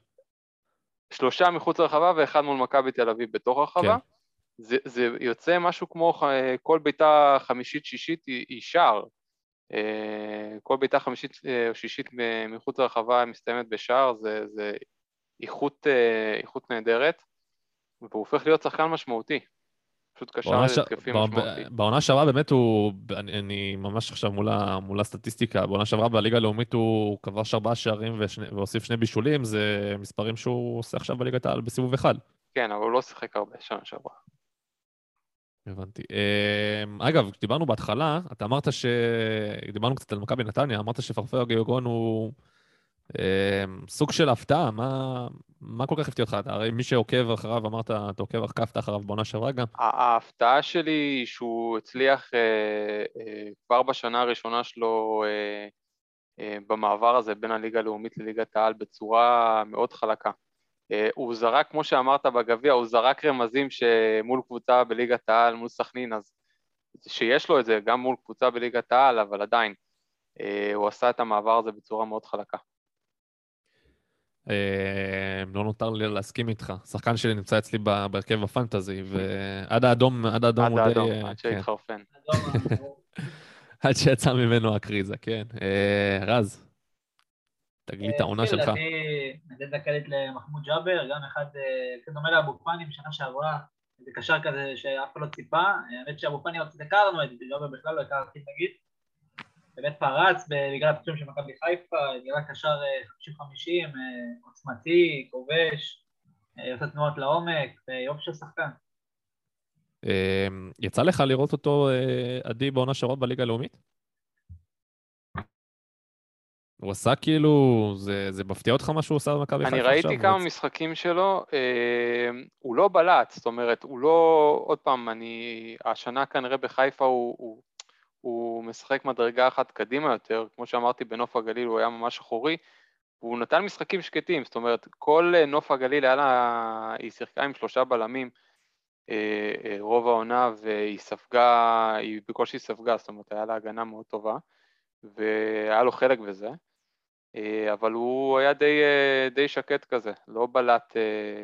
Speaker 3: 3 מחוץ לרחבה ואחד מול מכבי תל אביב בתוך הרחבה.
Speaker 2: כן.
Speaker 3: זה יוצא משהו כמו כל בעיטה חמישית-שישית היא שער. כל בעיטה חמישית או שישית מחוץ לרחבה מסתיימת בשער, זה איכות נהדרת, והוא הופך להיות שחקן משמעותי. פשוט קשר להתקפים משמעותי.
Speaker 2: בעונה שעברה באמת אני ממש עכשיו מול הסטטיסטיקה, בעונה שעברה בליגה הלאומית הוא כבש 4 שערים והוסיף 2 בישולים, זה מספרים שהוא עושה עכשיו בליגת העל בסיבוב אחד.
Speaker 3: כן, אבל הוא לא שיחק הרבה שנה שעברה.
Speaker 2: הבנתי. אגב, דיברנו בהתחלה, אתה אמרת דיברנו קצת על מכבי נתניה, אמרת שפרפגו אגון הוא סוג של הפתעה, מה כל כך הפתיע אותך? הרי מי שעוקב אחריו, אמרת, אתה עקבת אחריו בעונה שעברה גם?
Speaker 3: ההפתעה שלי היא שהוא הצליח כבר בשנה הראשונה שלו במעבר הזה בין הליגה הלאומית לליגת העל בצורה מאוד חלקה. הוא זרק, כמו שאמרת בגביע, הוא זרק רמזים שמול קבוצה בליגת העל, מול סכנין, אז שיש לו את זה גם מול קבוצה בליגת העל, אבל עדיין, הוא עשה את המעבר הזה בצורה מאוד חלקה.
Speaker 2: לא נותר לי להסכים איתך. שחקן שלי נמצא אצלי בהרכב הפנטזי, ועד האדום הוא די...
Speaker 3: עד שהתחרפן.
Speaker 2: עד שיצא ממנו הקריזה, כן. רז, תגלית העונה שלך.
Speaker 4: אני נתן דקלית למחמוד ג'אבר, גם אחד כדומה לאבו פאני בשנה שעברה, זה קשר כזה שאף אחד לא ציפה, האמת שאבו פאני עוד הכרנו את זה, ג'אבר בכלל לא הכרתי נגיד, באמת פרץ בגלל הפצועים של מכבי חיפה, נראה קשר 50-50, עוצמתי, כובש, עושה תנועות לעומק, ויופי של שחקן.
Speaker 2: יצא לך לראות אותו עדי בעונה שעברה בליגה הלאומית? הוא עשה כאילו, זה מפתיע אותך מה שהוא עושה במכבי חיפה עכשיו?
Speaker 3: אני ראיתי כמה משחקים שלו, הוא לא בלט, זאת אומרת, הוא לא, עוד פעם, השנה כנראה בחיפה הוא משחק מדרגה אחת קדימה יותר, כמו שאמרתי בנוף הגליל הוא היה ממש אחורי, והוא נתן משחקים שקטים, זאת אומרת, כל נוף הגליל היא שיחקה עם 3 בלמים, רוב העונה, היא בקושי ספגה, זאת אומרת, היה לה הגנה מאוד טובה, והיה לו חלק בזה, אבל הוא היה די שקט כזה, לא בלט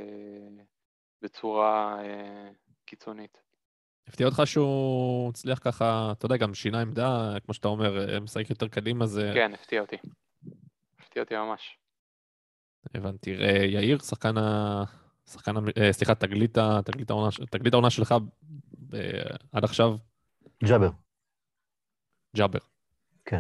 Speaker 3: בצורה קיצונית.
Speaker 2: הפתיע אותך שהוא הצליח ככה, אתה יודע, גם שינה עמדה, כמו שאתה אומר, משחק יותר קדימה, זה...
Speaker 3: כן, הפתיע אותי ממש.
Speaker 2: הבנתי. יאיר, סליחה, תגלית העונה שלך עד עכשיו,
Speaker 5: ג'אבר.
Speaker 2: ג'אבר.
Speaker 5: כן.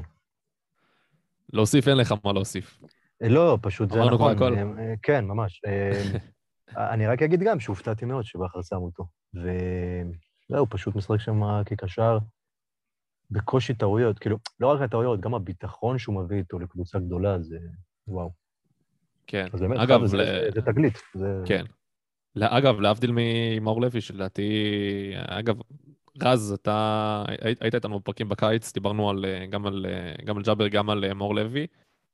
Speaker 2: להוסיף, אין לך מה להוסיף.
Speaker 5: לא, פשוט זה
Speaker 2: אמרנו
Speaker 5: נכון.
Speaker 2: כבר הכל.
Speaker 5: כן, ממש. אני רק אגיד גם שהופתעתי מאוד שבכר שם אותו. וזהו, פשוט משחק שם כקשר בקושי טעויות. כאילו, לא רק הטעויות, גם הביטחון שהוא מביא איתו לקבוצה גדולה, זה וואו.
Speaker 2: כן.
Speaker 5: אז באמת,
Speaker 2: אגב,
Speaker 5: זה תגלית.
Speaker 2: כן. אגב, להבדיל ממאור לוי, שלדעתי, אגב, רז, אתה היית איתנו בפרקים בקיץ, דיברנו גם על ג'אבר, גם על מאור לוי.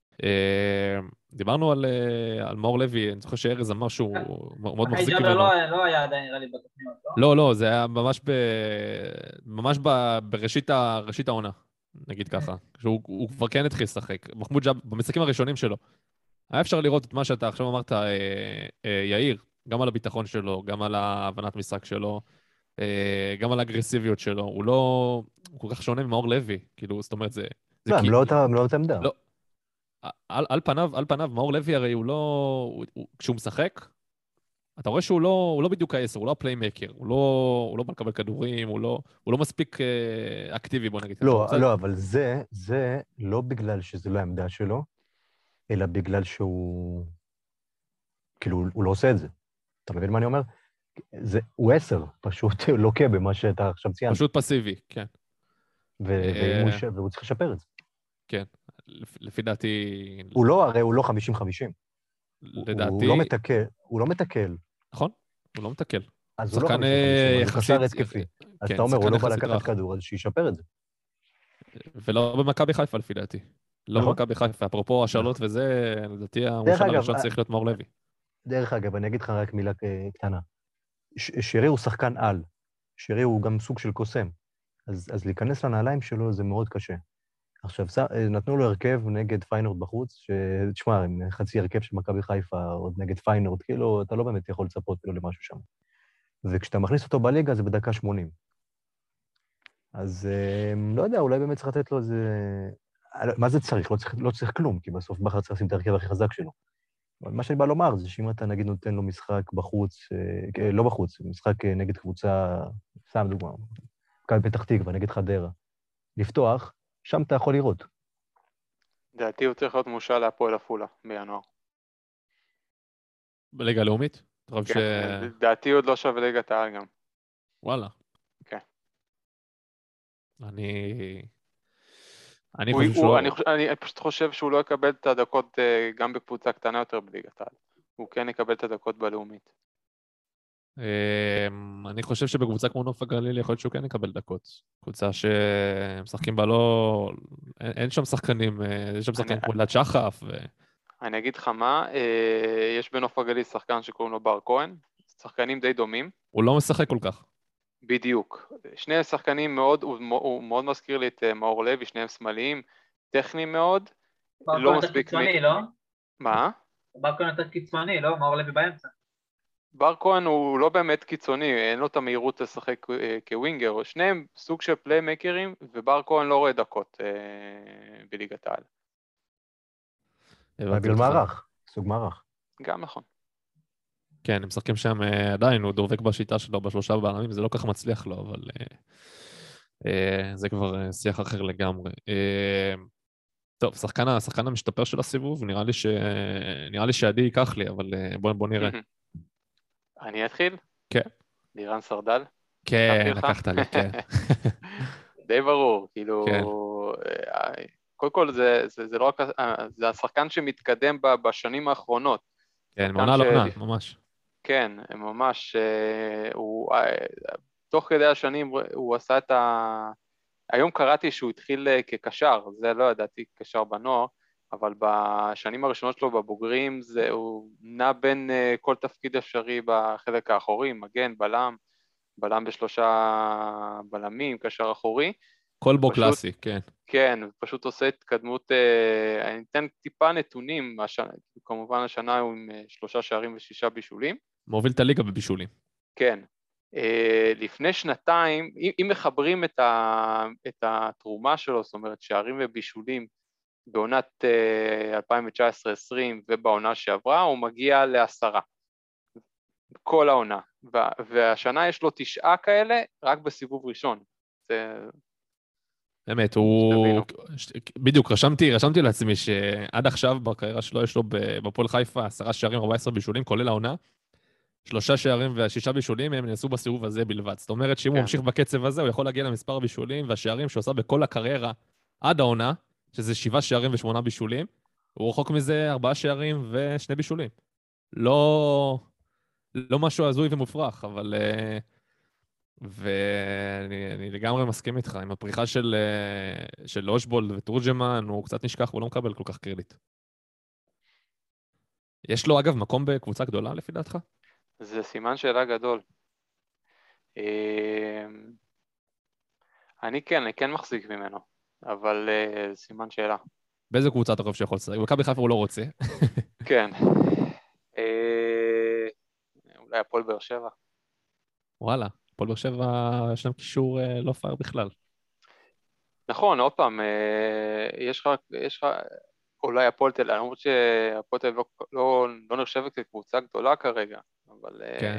Speaker 2: דיברנו על מאור לוי, אני זוכר שארז אמר שהוא מאוד מחזיק ממנו.
Speaker 4: ג'אבר לא היה עדיין נראה לי בתוכניות, לא?
Speaker 2: לא, זה היה ממש בראשית העונה, נגיד ככה. הוא כבר כן התחיל לשחק. מחמוד ג'אבר, במשחקים הראשונים שלו, היה אפשר לראות את מה שאתה עכשיו אמרת, יאיר, גם על הביטחון שלו, גם על ההבנת משחק שלו, גם על האגרסיביות שלו. הוא כל כך שונה ממאור לוי, כאילו, זאת אומרת, זה...
Speaker 5: לא, הם לא אותה עמדה.
Speaker 2: לא. על פניו, מאור לוי הרי הוא לא... כשהוא משחק, אתה רואה שהוא לא בדיוק העשר, הוא לא הפליימקר, הוא לא בא לקבל כדורים, הוא לא מספיק אקטיבי, בוא נגיד.
Speaker 5: לא, אבל זה לא בגלל שזה לא העמדה שלו, אלא בגלל שהוא... כאילו, הוא לא עושה את זה. אתה מבין מה אני אומר? הוא 10, פשוט לוקה במה שאתה עכשיו ציינת.
Speaker 2: פשוט פסיבי, כן.
Speaker 5: והוא צריך לשפר את זה.
Speaker 2: כן, לפי דעתי...
Speaker 5: הרי הוא לא 50-50.
Speaker 2: לדעתי...
Speaker 5: הוא לא מתקל.
Speaker 2: נכון, הוא לא מתקל.
Speaker 5: אז הוא לא 50-50, הוא קשר התקפי. אז אתה אומר, הוא לא בא לקחת כדור, אז שישפר את זה.
Speaker 2: ולא במכבי חיפה, לפי דעתי. לא במכבי חיפה. אפרופו השאלות וזה, לדעתי, המושל הראשון צריך להיות מאור לוי.
Speaker 5: דרך אגב, אני אגיד לך רק מילה קטנה. שרי הוא שחקן על. שרי הוא גם סוג של קוסם. אז להיכנס לנעליים שלו זה מאוד קשה. עכשיו, נתנו לו הרכב נגד פיינורד בחוץ, שתשמע, עם חצי הרכב של מכבי חיפה, עוד נגד פיינורד, כאילו, אתה לא באמת יכול לצפות כאילו למשהו שם. וכשאתה מכניס אותו בליגה, זה בדקה 80. אז לא יודע, אולי באמת צריך לתת לו איזה... מה זה צריך? לא צריך כלום, כי בסוף בכר צריך לשים את הרכב הכי חזק שלו. אבל מה שאני בא לומר זה שאם אתה נגיד נותן לו משחק בחוץ, לא בחוץ, משחק נגד קבוצה, סתם דוגמה, מכבי פתח תקווה, נגד חדרה, לפתוח, שם אתה יכול לראות.
Speaker 3: לדעתי הוא צריך להיות מושל להפועל עפולה בינואר.
Speaker 2: בליגה הלאומית?
Speaker 3: כן, לדעתי עוד לא שווה ליגת העל גם.
Speaker 2: וואלה.
Speaker 3: כן.
Speaker 2: אני חושב שהוא...
Speaker 3: אני פשוט חושב שהוא לא יקבל את הדקות גם בקבוצה קטנה יותר בליגת העל. הוא כן יקבל את הדקות בלאומית.
Speaker 2: אני חושב שבקבוצה כמו נוף הגליל יכול להיות שהוא כן יקבל דקות. קבוצה שמשחקים בה לא... אין שם שחקנים, יש שם שחקנים כמו אלעד שחף.
Speaker 3: אני אגיד לך מה, יש בנוף הגליל שחקן שקוראים לו בר כהן, שחקנים די דומים.
Speaker 2: הוא לא משחק כל כך.
Speaker 3: בדיוק. שני שחקנים מאוד, הוא מאוד מזכיר לי את מאור לוי, שניהם שמאליים, טכניים מאוד.
Speaker 4: בר כהן יותר קיצוני, לא?
Speaker 3: מה?
Speaker 4: בר כהן יותר קיצוני, לא? מאור לוי באמצע.
Speaker 3: בר כהן הוא לא באמת קיצוני, אין לו את המהירות לשחק כווינגר, שניהם סוג של פליימקרים, ובר כהן לא רואה דקות בליגת העל.
Speaker 5: בגלל מערך, סוג מערך.
Speaker 3: גם נכון.
Speaker 2: כן, הם משחקים שם עדיין, הוא דובק בשיטה שלו בשלושה בלמים, זה לא ככה מצליח לו, אבל זה כבר שיח אחר לגמרי. טוב, שחקן המשתפר של הסיבוב, נראה לי שעדי ייקח לי, אבל בוא נראה.
Speaker 3: אני אתחיל?
Speaker 2: כן.
Speaker 3: לירן סרדל?
Speaker 2: כן, לקחת לי, כן.
Speaker 3: די ברור, כאילו... קודם כל זה לא רק... זה השחקן שמתקדם בשנים האחרונות.
Speaker 2: כן, מעונה לא עונה, ממש.
Speaker 3: כן, ממש. תוך כדי השנים הוא עשה את ה... היום קראתי שהוא התחיל כקשר, זה לא ידעתי קשר בנוער, אבל בשנים הראשונות שלו בבוגרים הוא נע בין כל תפקיד אפשרי בחלק האחורי, מגן, בלם בשלושה בלמים, קשר אחורי.
Speaker 2: קולבו
Speaker 3: פשוט,
Speaker 2: קלאסי, כן.
Speaker 3: כן, פשוט עושה התקדמות, אני אתן טיפה נתונים, כמובן השנה הוא עם 3 שערים ו6 בישולים.
Speaker 2: מוביל את הליגה בבישולים.
Speaker 3: כן. לפני שנתיים, אם מחברים את התרומה שלו, זאת אומרת שערים ובישולים, בעונת 2019-2020 ובעונה שעברה, הוא מגיע ל10. כל העונה. והשנה יש לו 9 כאלה, רק בסיבוב ראשון. זה...
Speaker 2: באמת, בדיוק, רשמתי לעצמי שעד עכשיו בקריירה שלו יש לו בפועל חיפה 10 שערים, 14 בישולים, כולל העונה. 3 שערים ו6 בישולים הם נעשו בסיבוב הזה בלבד. זאת אומרת שאם הוא ממשיך בקצב הזה, הוא יכול להגיע למספר הבישולים והשערים שעושה בכל הקריירה עד העונה, שזה 7 שערים ו8 בישולים, הוא רחוק מזה 4 שערים ו2 בישולים. לא משהו הזוי ומופרך, אבל... ואני לגמרי מסכים איתך, עם הפריחה של אושבולד וטורג'מן, הוא קצת נשכח, הוא לא מקבל כל כך קרדיט. יש לו אגב מקום בקבוצה גדולה לפי דעתך?
Speaker 3: זה סימן שאלה גדול. אני כן מחזיק ממנו, אבל סימן שאלה.
Speaker 2: באיזה קבוצה אתה חושב שיכול לצדק? מכבי חיפה הוא לא רוצה.
Speaker 3: כן. אולי הפועל באר שבע.
Speaker 2: וואלה, הפועל באר שבע יש להם קישור לא פייר בכלל.
Speaker 3: נכון, עוד פעם, יש לך אולי הפועל תל אביב, למרות שהפועל תל אביב לא נחשבת כקבוצה גדולה כרגע, אבל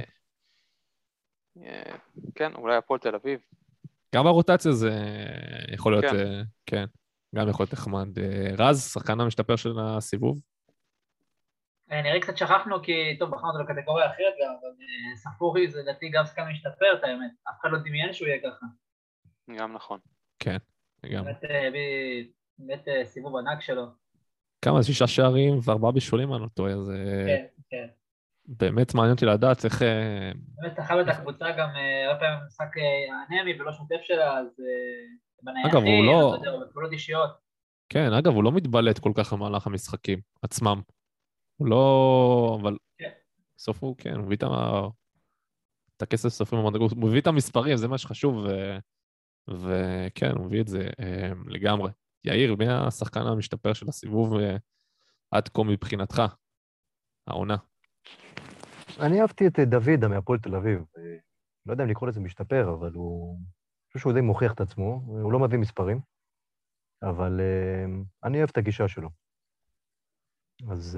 Speaker 3: כן, אולי הפועל תל אביב.
Speaker 2: גם הרוטציה זה יכול להיות,
Speaker 3: כן.
Speaker 2: גם יכול להיות נחמד. רז, שחקן המשתפר של הסיבוב?
Speaker 4: נראה קצת שכחנו כי, טוב, בחרנו אותו לקטגוריה אחרת גם, אבל ספורי זה לדעתי גם שחקן משתפר, את האמת. אף אחד לא דמיין שהוא יהיה ככה.
Speaker 3: גם נכון.
Speaker 2: כן, גם.
Speaker 4: באמת סיבוב ענק שלו.
Speaker 2: כמה? 6 שערים ו4 בישולים על אותו, אז...
Speaker 4: כן.
Speaker 2: באמת מעניין אותי לדעת איך...
Speaker 4: באמת תחל את הקבוצה גם הרבה פעמים משחק אנמי ולא שוטף שלה, אז בנייחים,
Speaker 2: אגב, הוא לא...
Speaker 4: בפעולות אישיות.
Speaker 2: כן, אגב, הוא לא מתבלט כל כך במהלך המשחקים עצמם. הוא לא... אבל... בסוף הוא, כן, הוא מביא את הכסף סופרים המדרגות, הוא מביא את המספרים, זה מה שחשוב, וכן, הוא מביא את זה לגמרי. יאיר, מי השחקן המשתפר של הסיבוב עד כה מבחינתך? העונה.
Speaker 5: אני אהבתי את דוד מהפועל תל אביב. לא יודע אם לקרוא לזה משתפר, אבל אני חושב שהוא די מוכיח את עצמו. הוא לא מביא מספרים, אבל אני אוהב את הגישה שלו. אז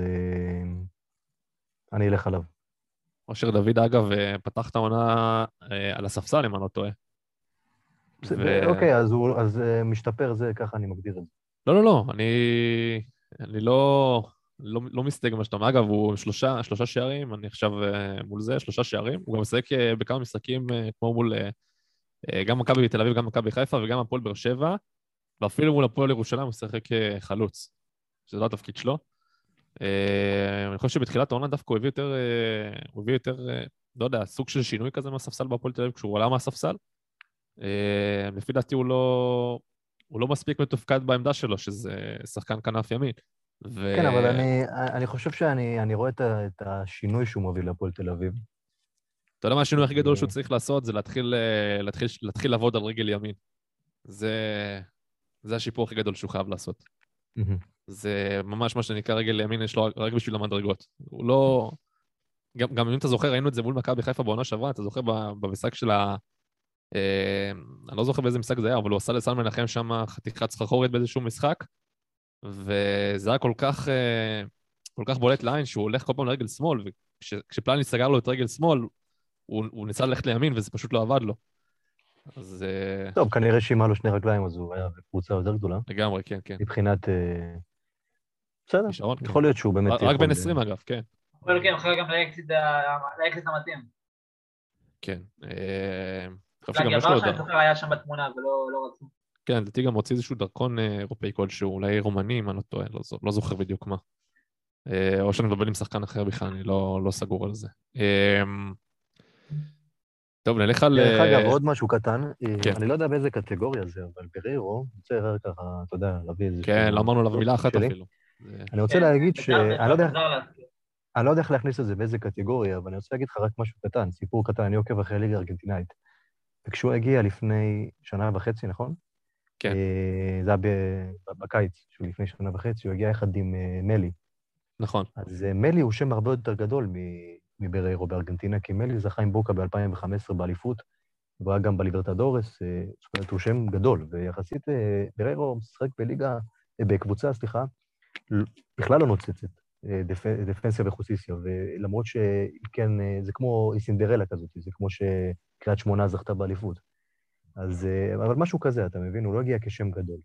Speaker 5: אני אלך עליו.
Speaker 2: אושר דוד, אגב, פתח את העונה על הספסל, אם אני לא טועה.
Speaker 5: אוקיי, אז משתפר זה, ככה אני מגדיר את זה.
Speaker 2: לא, אני לא מסתייג מה שאתה אומר. אגב, הוא 3 שערים, אני עכשיו מול זה, 3 שערים. הוא גם משחק בכמה משחקים כמו מול גם מכבי תל אביב, גם מכבי חיפה וגם הפועל באר שבע, ואפילו מול הפועל ירושלים הוא משחק חלוץ, שזה לא התפקיד שלו. אני חושב שבתחילת העונה דווקא הוא הביא יותר, לא יודע, סוג של שינוי כזה מהספסל בהפועל תל אביב, כשהוא עלה מהספסל. לפי דעתי הוא לא מספיק מתופקד בעמדה שלו, שזה שחקן כנף ימין.
Speaker 5: כן, אבל אני חושב שאני רואה את השינוי שהוא מוביל להפועל תל אביב.
Speaker 2: אתה יודע מה השינוי הכי גדול שהוא צריך לעשות? זה להתחיל לעבוד על רגל ימין. זה השיפור הכי גדול שהוא חייב לעשות. זה ממש מה שנקרא רגל ימין, יש לו רק בשביל המדרגות. הוא לא... גם אם אתה זוכר, ראינו את זה מול מכבי חיפה בעונה שעברה, אתה זוכר במשחק של אני לא זוכר באיזה משחק זה היה, אבל הוא עשה לסל מנחם שם חתיכת סחרחורת באיזשהו משחק, וזה היה כל כך בולט לעין שהוא הולך כל פעם לרגל שמאל, וכשפלני סגר לו את רגל שמאל, הוא ניסה ללכת לימין וזה פשוט לא עבד לו. אז...
Speaker 5: טוב, כנראה שאם היה לו 2 רגליים, אז הוא היה בקבוצה יותר גדולה.
Speaker 2: לגמרי, כן.
Speaker 5: מבחינת... בסדר, יכול להיות שהוא באמת...
Speaker 2: רק בין 20 אגב, כן.
Speaker 4: אבל כן, אחר גם לאקסיט המתאים.
Speaker 2: כן.
Speaker 4: גבי עבר שאני זוכר היה שם בתמונה ולא רצו.
Speaker 2: כן, לדעתי גם הוציא איזשהו דרכון אירופאי כלשהו, אולי רומני, אם אני לא טועה, לא זוכר בדיוק מה. או שאני מדבר עם שחקן אחר בכלל, אני לא סגור על זה. טוב, נלך על...
Speaker 5: דרך אגב, עוד משהו קטן, אני לא יודע באיזה קטגוריה זה, אבל בריירו, רוצה ככה, אתה יודע, להביא איזה...
Speaker 2: כן, לא אמרנו לה מילה אחת אפילו.
Speaker 5: אני רוצה להגיד
Speaker 4: להזכיר.
Speaker 5: אני לא יודע איך להכניס את זה באיזה קטגוריה, אבל אני רוצה להגיד לך רק משהו קטן, סיפור קטן, אני עוקב אחרי ליגה ארגנטינאית. וכשהוא הגיע לפני 1.5 שנה, נכון?
Speaker 2: כן.
Speaker 5: זה היה בקיץ, שהוא לפני 1.5 שנה, הוא הגיע יחד עם מלי.
Speaker 2: נכון.
Speaker 5: אז מלי הוא שם הרבה יותר גדול מבריירו בארגנטינה, כי מלי זכה עם בוקה ב-2015 באליפות, והוא היה גם בליברטדורס, זאת אומרת, הוא שם גדול, ויחסית בריירו משחק בקבוצה, בכלל לא נוצצת, דפנסיה וחוסיסיה, ולמרות שכן, זה כמו סינדרלה כזאת, זה כמו שקריית שמונה זכתה באליפות. אז, אבל משהו כזה, אתה מבין? הוא לא הגיע כשם גדול.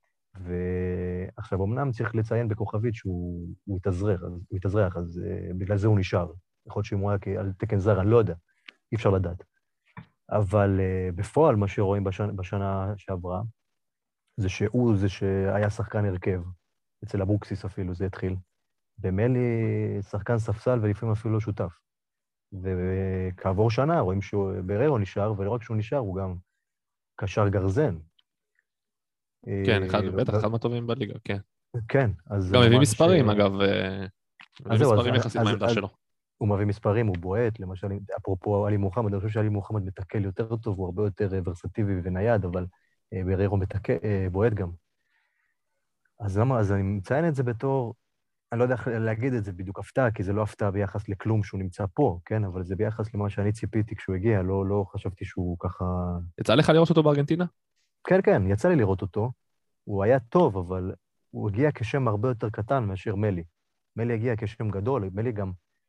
Speaker 5: ועכשיו, אמנם צריך לציין בכוכבית שהוא התאזרח, אז בגלל זה הוא נשאר. יכול להיות שאם הוא היה על תקן זר, אני לא יודע, אי אפשר לדעת. אבל בפועל, מה שרואים בשנה שעברה, זה שהוא זה שהיה שחקן הרכב, אצל אבוקסיס אפילו זה התחיל, ומלי שחקן ספסל ולפעמים אפילו לא שותף. וכעבור שנה רואים שבררו נשאר, ולא רק שהוא נשאר, הוא גם קשר גרזן.
Speaker 2: כן, בטח אחד מהטובים בליגה, כן.
Speaker 5: כן, אז...
Speaker 2: גם מביא מספרים, אגב. מביא מספרים יחסית מהעמדה שלו.
Speaker 5: הוא מביא מספרים, הוא בועט, למשל, אפרופו עלי מוחמד, אני חושב שעלי מוחמד מתקל יותר טוב, הוא הרבה יותר ורסטיבי ונייד, אבל בררו בועט גם. אז למה? אז אני מציין את זה בתור, אני לא יודע איך להגיד את זה בדיוק הפתעה, כי זה לא הפתעה ביחס לכלום שהוא נמצא פה, כן? אבל זה ביחס למה שאני ציפיתי כשהוא הגיע, לא חשבתי שהוא ככה...
Speaker 2: יצא לך לראות אותו בארגנטינה?
Speaker 5: כן, כן, יצא לי לראות אותו. הוא היה טוב, אבל הוא הגיע כשם הרבה יותר קטן מאשר מלי. מלי הגיע כשם גדול, מלי גם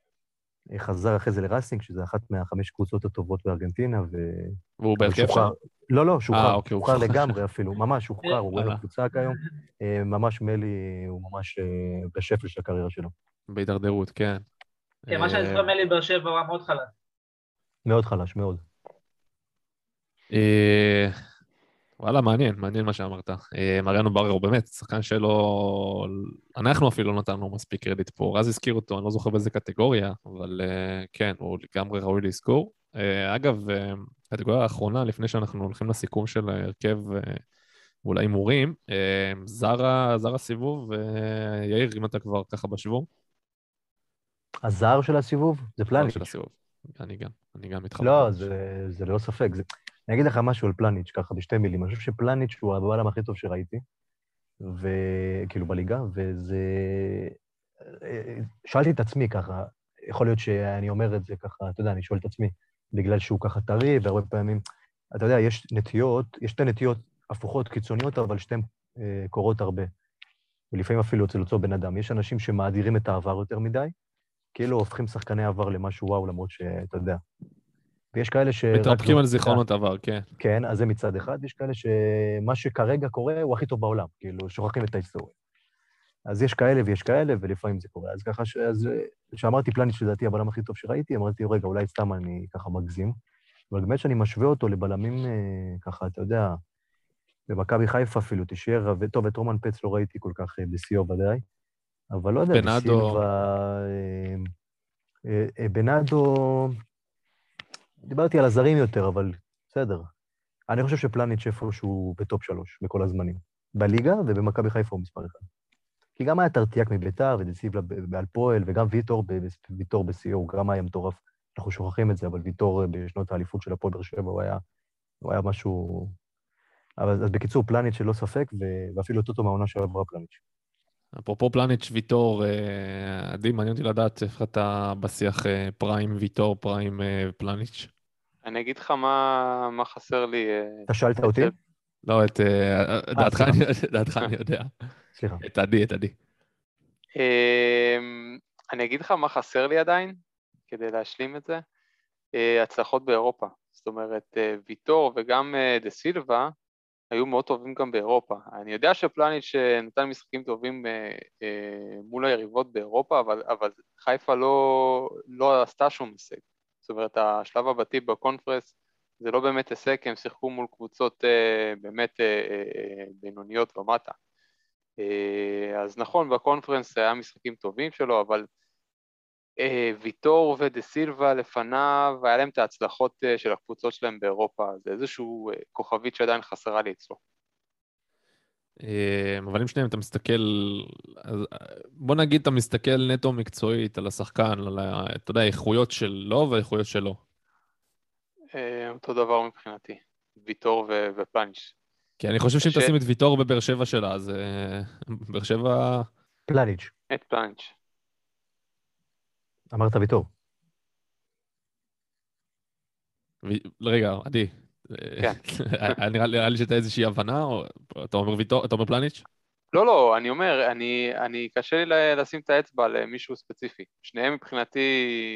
Speaker 5: חזר אחרי זה לרסינג, שזה אחת מהחמש קבוצות הטובות בארגנטינה,
Speaker 2: והוא בהרכב שם?
Speaker 5: לא, שוחרר.
Speaker 2: אוקיי,
Speaker 5: שוחרר לגמרי אפילו, ממש שוחרר, הוא רואה בקבוצה כיום. ממש מלי, הוא ממש בשפל של הקריירה שלו.
Speaker 2: בהידרדרות, כן.
Speaker 4: כן, מה שאני זוכר מלי באר שבע הוא מאוד חלש. מאוד
Speaker 5: חלש, מאוד.
Speaker 2: וואלה, מעניין מה שאמרת. מריאנו בררו, באמת, שחקן שלו, אנחנו אפילו לא נתנו מספיק קרדיט פה. רז הזכיר אותו, אני לא זוכר באיזה קטגוריה, אבל כן, הוא לגמרי ראוי לזכור. אגב, קטגוריה האחרונה, לפני שאנחנו הולכים לסיכום של ההרכב ואולי הימורים, זר הסיבוב, יאיר, אם אתה כבר ככה בשבוע.
Speaker 5: הזר של הסיבוב? זה פלניץ'.
Speaker 2: של הסיבוב, אני גם מתחבר.
Speaker 5: לא, זה לא ספק, אני אגיד לך משהו על פלניץ', ככה בשתי מילים. אני חושב שפלניץ' הוא הבעלם הכי טוב שראיתי, וכאילו בליגה, וזה... שאלתי את עצמי ככה, יכול להיות שאני אומר את זה ככה, אתה יודע, אני שואל את עצמי, בגלל שהוא ככה טרי, והרבה פעמים, אתה יודע, יש שתי נטיות הפוכות קיצוניות, אבל שתיהן קורות הרבה. ולפעמים אפילו אצל אותו בן אדם. יש אנשים שמאדירים את העבר יותר מדי, כאילו הופכים שחקני עבר למשהו וואו, למרות שאתה יודע. ויש כאלה
Speaker 2: מתרפקים על זיכרונות עבר, כן.
Speaker 5: כן, אז זה מצד אחד. יש כאלה שמה שכרגע קורה הוא הכי טוב בעולם, כאילו, שוכחים את ההיסטוריה. אז יש כאלה ויש כאלה, ולפעמים זה קורה. אז ככה, כשאמרתי פלניץ' לדעתי הבלם הכי טוב שראיתי, אמרתי, רגע, אולי סתם אני ככה מגזים. אבל באמת שאני משווה אותו לבלמים ככה, אתה יודע, במכבי חיפה אפילו, תשאר, טוב, את רומן פץ לא ראיתי כל כך בסיור ודאי, אבל לא יודע, בנאדו, דיברתי על הזרים יותר, אבל בסדר. אני חושב שפלניץ' איפשהו בטופ 3 בכל הזמנים. בליגה ובמכבי חיפה הוא מספר 1. כי גם היה טרטיאק מביתר ודסיבלה באלפועל, וגם ויטור בסיור, הוא גם היה מטורף. אנחנו שוכחים את זה, אבל ויטור בשנות האליפות של הפועל באר שבע, הוא היה משהו... אבל אז בקיצור, פלניץ' שלא ספק, ואפילו טוטו מהעונה של עברה פלניץ'.
Speaker 2: אפרופו פלניץ' ויטור, עדי, מעניין אותי לדעת איך אתה בשיח פריים ויטור, פריים פלניץ'.
Speaker 3: אני אגיד לך מה חסר לי...
Speaker 5: אתה שאלת אותי?
Speaker 2: לא, את דעתך אני יודע.
Speaker 5: סליחה.
Speaker 2: את עדי.
Speaker 3: אני אגיד לך מה חסר לי עדיין, כדי להשלים את זה, הצלחות באירופה. זאת אומרת, ויטור וגם דה סילבה היו מאוד טובים גם באירופה. אני יודע שפלניץ' נתן משחקים טובים מול היריבות באירופה, אבל חיפה לא עשתה שום הישג. זאת אומרת, השלב הבתי בקונפרנס זה לא באמת הישג, כי הם שיחקו מול קבוצות באמת בינוניות ומטה. אז נכון, בקונפרנס היה משחקים טובים שלו, אבל ויטור ודה סילבה לפניו, היה להם את ההצלחות של הקבוצות שלהם באירופה, זה איזשהו כוכבית שעדיין חסרה לי אצלו.
Speaker 2: אבל אם שניהם אתה מסתכל, בוא נגיד אתה מסתכל נטו מקצועית על השחקן, על אתה יודע, האיכויות שלו והאיכויות שלו.
Speaker 3: אותו דבר מבחינתי, ויטור ופלניץ'.
Speaker 2: כי אני חושב שאם תשים את ויטור בבאר שבע שלה, אז באר שבע...
Speaker 5: פלניץ'.
Speaker 3: את פלניץ'.
Speaker 5: אמרת ויטור.
Speaker 2: רגע, עדי.
Speaker 3: כן.
Speaker 2: נראה לי שאתה איזושהי הבנה, או אתה אומר ויטור, אתה אומר פלניץ'?
Speaker 3: לא, אני אומר, קשה לי לשים את האצבע למישהו ספציפי. שניהם מבחינתי,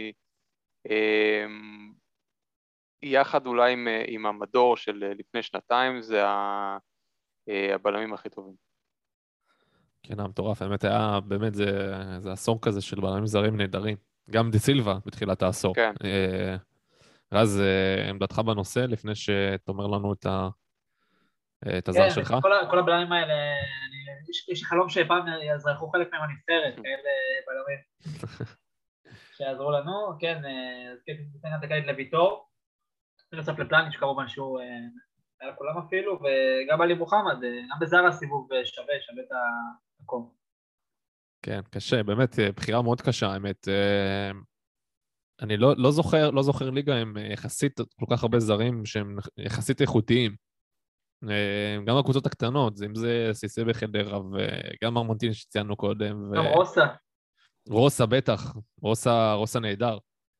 Speaker 3: יחד אולי עם המדור של לפני שנתיים, זה הבלמים הכי טובים.
Speaker 2: כן, מטורף, האמת היה, באמת, זה עשור כזה של בלמים זרים נהדרים. גם דה סילבה בתחילת העשור.
Speaker 3: כן.
Speaker 2: רז, עמדתך בנושא, לפני שתאמר לנו את הזר שלך?
Speaker 4: כן, כל הבלמים האלה, יש לי חלום שפעם יזרחו חלק מהם הנבחרת, כאלה בלמים שיעזרו לנו, כן, אז כן, ניתן את הקלט לויטור, נוסף לפלניץ' כמובן שהוא היה לכולם אפילו, וגם עלי מוחמד, גם בזר הסיבוב שווה את המקום.
Speaker 2: כן, קשה, באמת, בחירה מאוד קשה, האמת. אני לא זוכר ליגה עם יחסית כל כך הרבה זרים שהם יחסית איכותיים. גם הקבוצות הקטנות, אם זה סיסי בחדרה, וגם מרמונטין שציינו קודם.
Speaker 4: גם רוסה.
Speaker 2: רוסה, בטח. רוסה נהדר.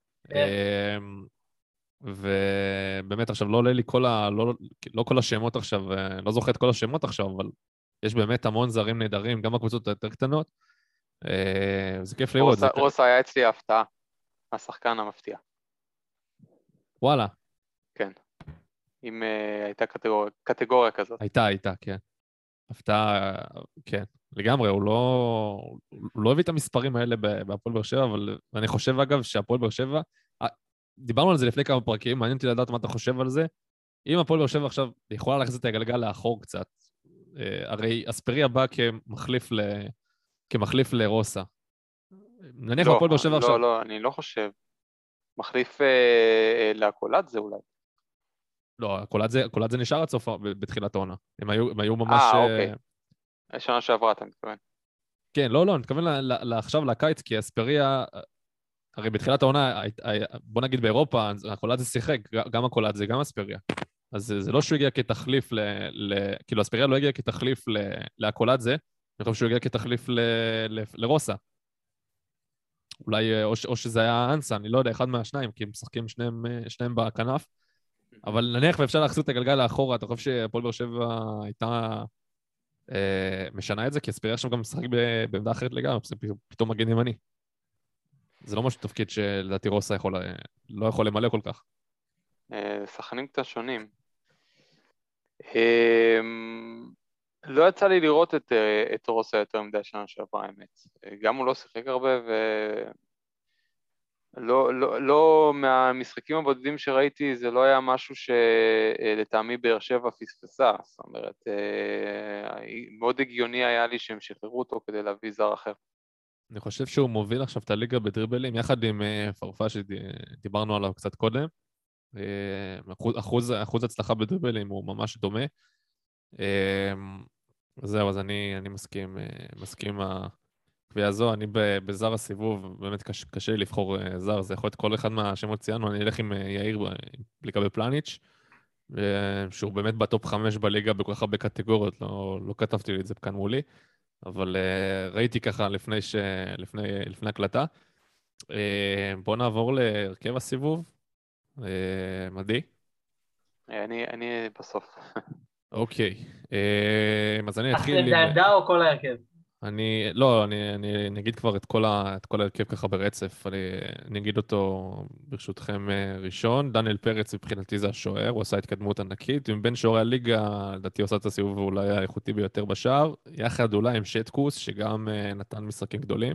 Speaker 2: ובאמת, עכשיו לא עולה לי לא כל השמות עכשיו, לא זוכר את כל השמות עכשיו, אבל יש באמת המון זרים נהדרים, גם הקבוצות היותר קטנות. זה כיף לראות.
Speaker 3: רוסה היה אצלי ההפתעה, השחקן המפתיע.
Speaker 2: וואלה.
Speaker 3: כן. אם הייתה קטגוריה כזאת.
Speaker 2: הייתה, כן. הפתעה, כן. לגמרי, הוא לא הביא את המספרים האלה בהפועל באר שבע, אבל אני חושב אגב שהפועל באר שבע, דיברנו על זה לפני כמה פרקים, מעניין אותי לדעת מה אתה חושב על זה. אם הפועל באר שבע עכשיו יכולה להחזיר את הגלגל לאחור קצת, הרי אספריה בא כמחליף לרוסה. נניח הפועל באר שבע עכשיו...
Speaker 3: לא, אני לא חושב. מחליף להקולת זה אולי.
Speaker 2: לא, הקולת זה נשאר עד סוף בתחילת העונה. הם היו ממש...
Speaker 3: אוקיי. השנה שעברה, אתה מתכוון.
Speaker 2: כן, לא, אני מתכוון עכשיו לקיץ, כי אספריה... הרי בתחילת העונה, בוא נגיד באירופה, הקולת זה שיחק, גם הקולת זה גם אספריה. אז זה לא שהוא הגיע כתחליף כאילו, אספריה לא הגיע כתחליף להקולת זה, אני חושב שהוא הגיע כתחליף לרוסה. אולי, או שזה היה אנסה, אני לא יודע, אחד מהשניים, כי הם משחקים שניהם בכנף. אבל נניח ואפשר להחזיר את הגלגל לאחורה, אתה חושב שהפועל באר שבע הייתה משנה את זה, כי אספריה עכשיו גם משחק בעמדה אחרת לגמרי, פתאום מגן ימני. זה לא משהו תפקיד שלדעתי רוסה לא יכול למלא כל כך.
Speaker 3: שחקנים קצת שונים. לא יצא לי לראות את רוסה יותר מדי שנה שעברה, האמת. גם הוא לא שיחק הרבה, לא מהמשחקים הבודדים שראיתי, זה לא היה משהו שלטעמי באר שבע פספסה. זאת אומרת, מאוד הגיוני היה לי שהם שחררו אותו כדי להביא זר אחר.
Speaker 2: אני חושב שהוא מוביל עכשיו את הליגה בדריבלים, יחד עם פרפה שדיברנו עליו קצת קודם. אחוז הצלחה בדריבלים הוא ממש דומה. זהו, אז אני מסכים עם הקביעה הזו. אני בזר הסיבוב, באמת קשה לי לבחור זר, זה יכול להיות כל אחד מהשמות ציינו, אני אלך עם יאיר לגבי פלניץ', שהוא באמת בטופ 5 בליגה בכל כך הרבה קטגוריות, לא כתבתי לי את זה כאן מולי, אבל ראיתי ככה לפני הקלטה. בואו נעבור להרכב הסיבוב. מדי?
Speaker 3: אני בסוף.
Speaker 2: אוקיי, אז אני אתחיל...
Speaker 4: את העמדה או כל ההרכב?
Speaker 2: אני אגיד כבר את כל ההרכב ככה ברצף, אני אגיד אותו ברשותכם ראשון. דניאל פרץ מבחינתי זה השוער, הוא עשה התקדמות ענקית, ומבין שוערי הליגה, לדעתי עושה את הסיבוב ואולי האיכותי ביותר בשער, יחד אולי עם שטקוס, שגם נתן משחקים גדולים.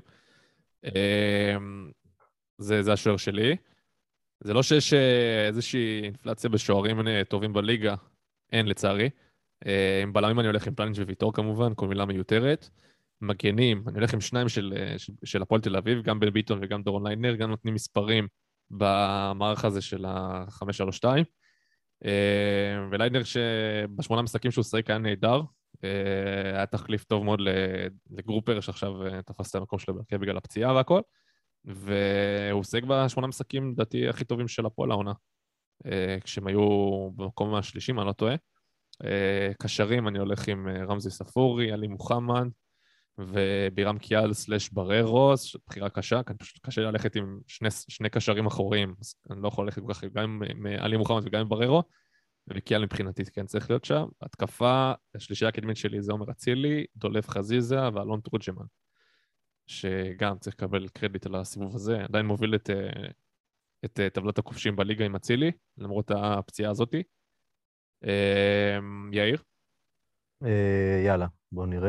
Speaker 2: זה השוער שלי. זה לא שיש איזושהי אינפלציה בשוערים טובים בליגה, אין לצערי. עם בלמים אני הולך עם פלניץ' וויטור כמובן, כל מילה מיותרת. מגנים, אני הולך עם שניים של הפועל תל אביב, גם בן ביטון וגם דורון ליינר, גם נותנים מספרים במערך הזה של ה-5-3-2. וליינר שבשמונה משחקים שהוא שחק היה נהדר, היה תחליף טוב מאוד לגרופר, שעכשיו תפס את המקום שלו בהרכב בגלל הפציעה והכל, והוא עוסק בשמונה משחקים, לדעתי, הכי טובים של הפועל העונה, כשהם היו במקום השלישי, אני לא טועה. קשרים, אני הולך עם רמזי ספורי, עלי מוחמד, ובירם קיאל סלש בררוס, בחירה קשה, כי פשוט קשה ללכת עם שני קשרים אחוריים, אז אני לא יכול ללכת כל כך גם עם עלי מוחמד וגם עם בררו, וקיאל מבחינתי כן צריך להיות שם. התקפה, השלישייה הקדמית שלי זה עומר אצילי, דולב חזיזה ואלון תורג'מן, שגם צריך לקבל קרדיט על הסיבוב הזה, עדיין מוביל את טבלת הכובשים בליגה עם אצילי, למרות הפציעה הזאתי. יאיר?
Speaker 5: יאללה, בואו נראה.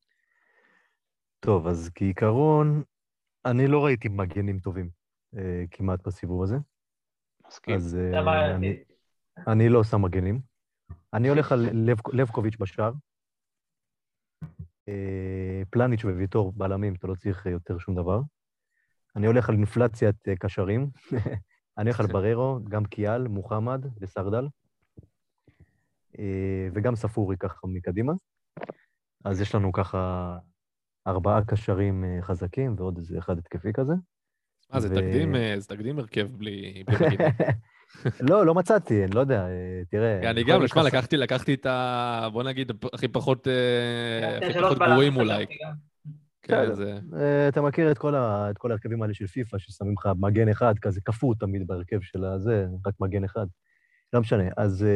Speaker 5: טוב, אז כעיקרון, אני לא ראיתי מגנים טובים כמעט בסיבוב הזה.
Speaker 3: מסכים.
Speaker 5: אז אני לא שם מגנים. אני הולך על לבקוביץ' בשער. פלניץ' וויטור בלמים, אתה לא צריך יותר שום דבר. אני הולך על אינפלציית קשרים. אני הולך על בררו, גם קיאל, מוחמד וסרדל. וגם ספורי ככה מקדימה. אז יש לנו ככה 4 קשרים חזקים ועוד איזה אחד התקפי כזה.
Speaker 2: זה תקדים הרכב בלי מגינים.
Speaker 5: לא מצאתי, אני לא יודע, תראה.
Speaker 2: אני גם, לשמע, לקחתי את בוא נגיד, הכי פחות גרועים אולי.
Speaker 5: אתה מכיר את כל ההרכבים האלה של פיפה, ששמים לך מגן אחד, כזה כפו תמיד בהרכב של הזה, רק מגן אחד. לא משנה, אז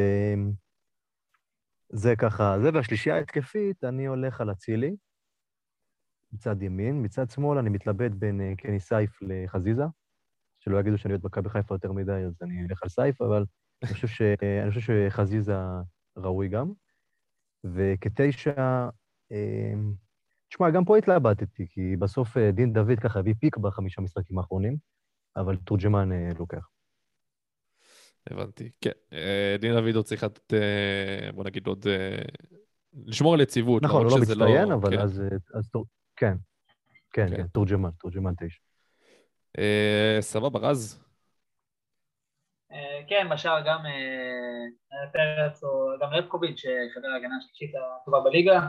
Speaker 5: זה ככה, זה והשלישייה ההתקפית, אני הולך על אצילי, מצד ימין, מצד שמאל אני מתלבט בין קני סייף לחזיזה, שלא יגידו שאני להיות מכבי חיפה יותר מדי, אז אני אלך על סייף, אבל אני חושב שחזיזה ראוי גם. וכתשע, תשמע, גם פה התלבטתי, כי בסוף דין דוד ככה הביא פיק ב5 משחקים האחרונים, אבל תורג'מן לוקח.
Speaker 2: הבנתי, כן. דין דוד עוד צריך לתת, בוא נגיד עוד, לשמור על יציבות.
Speaker 5: נכון, הוא לא מצטיין, אבל אז כן, תורג'מן 9.
Speaker 2: סבבה, רז?
Speaker 4: כן, בשער גם פרץ או גם לבקוביץ' שחבר ההגנה השלישית הטובה בליגה.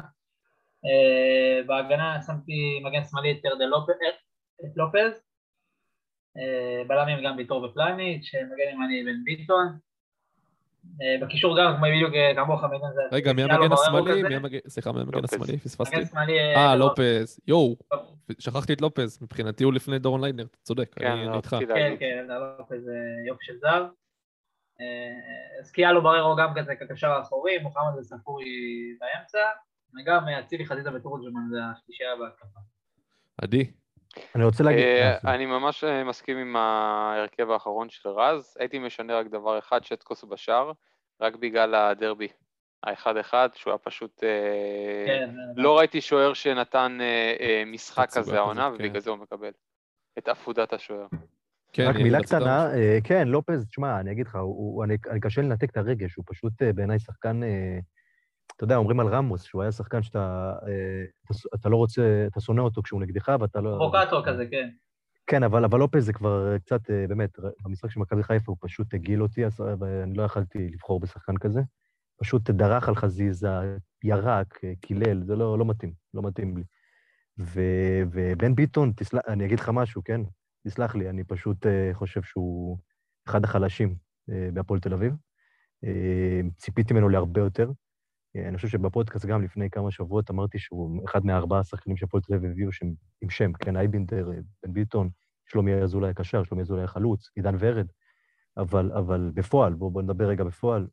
Speaker 4: בהגנה שמתי מגן שמאלי את לופז. בלמים גם ויטור ופלניץ', מגן ימני בן ביטון. בקישור גם, כמו בדיוק כמוך מגן זה...
Speaker 2: רגע, מי המגן השמאלי? סליחה, מי המגן השמאלי? פספסתי?
Speaker 4: מגן שמאלי...
Speaker 2: לופז. יואו, שכחתי את לופז. מבחינתי הוא לפני דורון ליידנר, אתה צודק, אני איתך.
Speaker 4: כן, לופז יופי של זר. אז קיאלו בררו גם כזה כקשר האחורי, מוחמד וספורי באמצע, וגם אצילי חזיזה ותורג'מן זה השלישייה בהתקפה.
Speaker 2: עדי?
Speaker 5: אני רוצה להגיד...
Speaker 3: אני ממש מסכים עם ההרכב האחרון של רז, הייתי משנה רק דבר אחד, שטקוס בשער, רק בגלל הדרבי, ה-1-1, שהוא היה פשוט... לא ראיתי שוער שנתן משחק כזה העונה, ובגלל זה הוא מקבל את עפודת השוער.
Speaker 5: רק מילה קטנה, כן, לופז, תשמע, אני אגיד לך, אני קשה לנתק את הרגש, הוא פשוט בעיניי שחקן... אתה יודע, אומרים על רמוס, שהוא היה שחקן שאתה לא רוצה, אתה שונא אותו כשהוא נגדך, ואתה לא...
Speaker 4: פרוקטור כזה, כן.
Speaker 5: כן, אבל לופז זה כבר קצת, באמת, במשחק של מכבי חיפה הוא פשוט הגיל אותי, ואני לא יכלתי לבחור בשחקן כזה. פשוט דרך על חזיזה, ירק, קילל, זה לא מתאים, לא מתאים לי. ובן ביטון, אני אגיד לך משהו, כן? תסלח לי, אני פשוט חושב שהוא אחד החלשים בהפועל תל אביב. ציפיתי ממנו להרבה יותר. אני חושב שבפודקאסט גם לפני כמה שבועות אמרתי שהוא אחד מה4 השחקנים שהפועל תל אביב הביאו עם שם, כן, אייבינדר, בן ביטון, שלומי אזולאי הקשר, שלומי אזולאי החלוץ, עידן ורד, אבל בפועל, בואו נדבר רגע בפועל.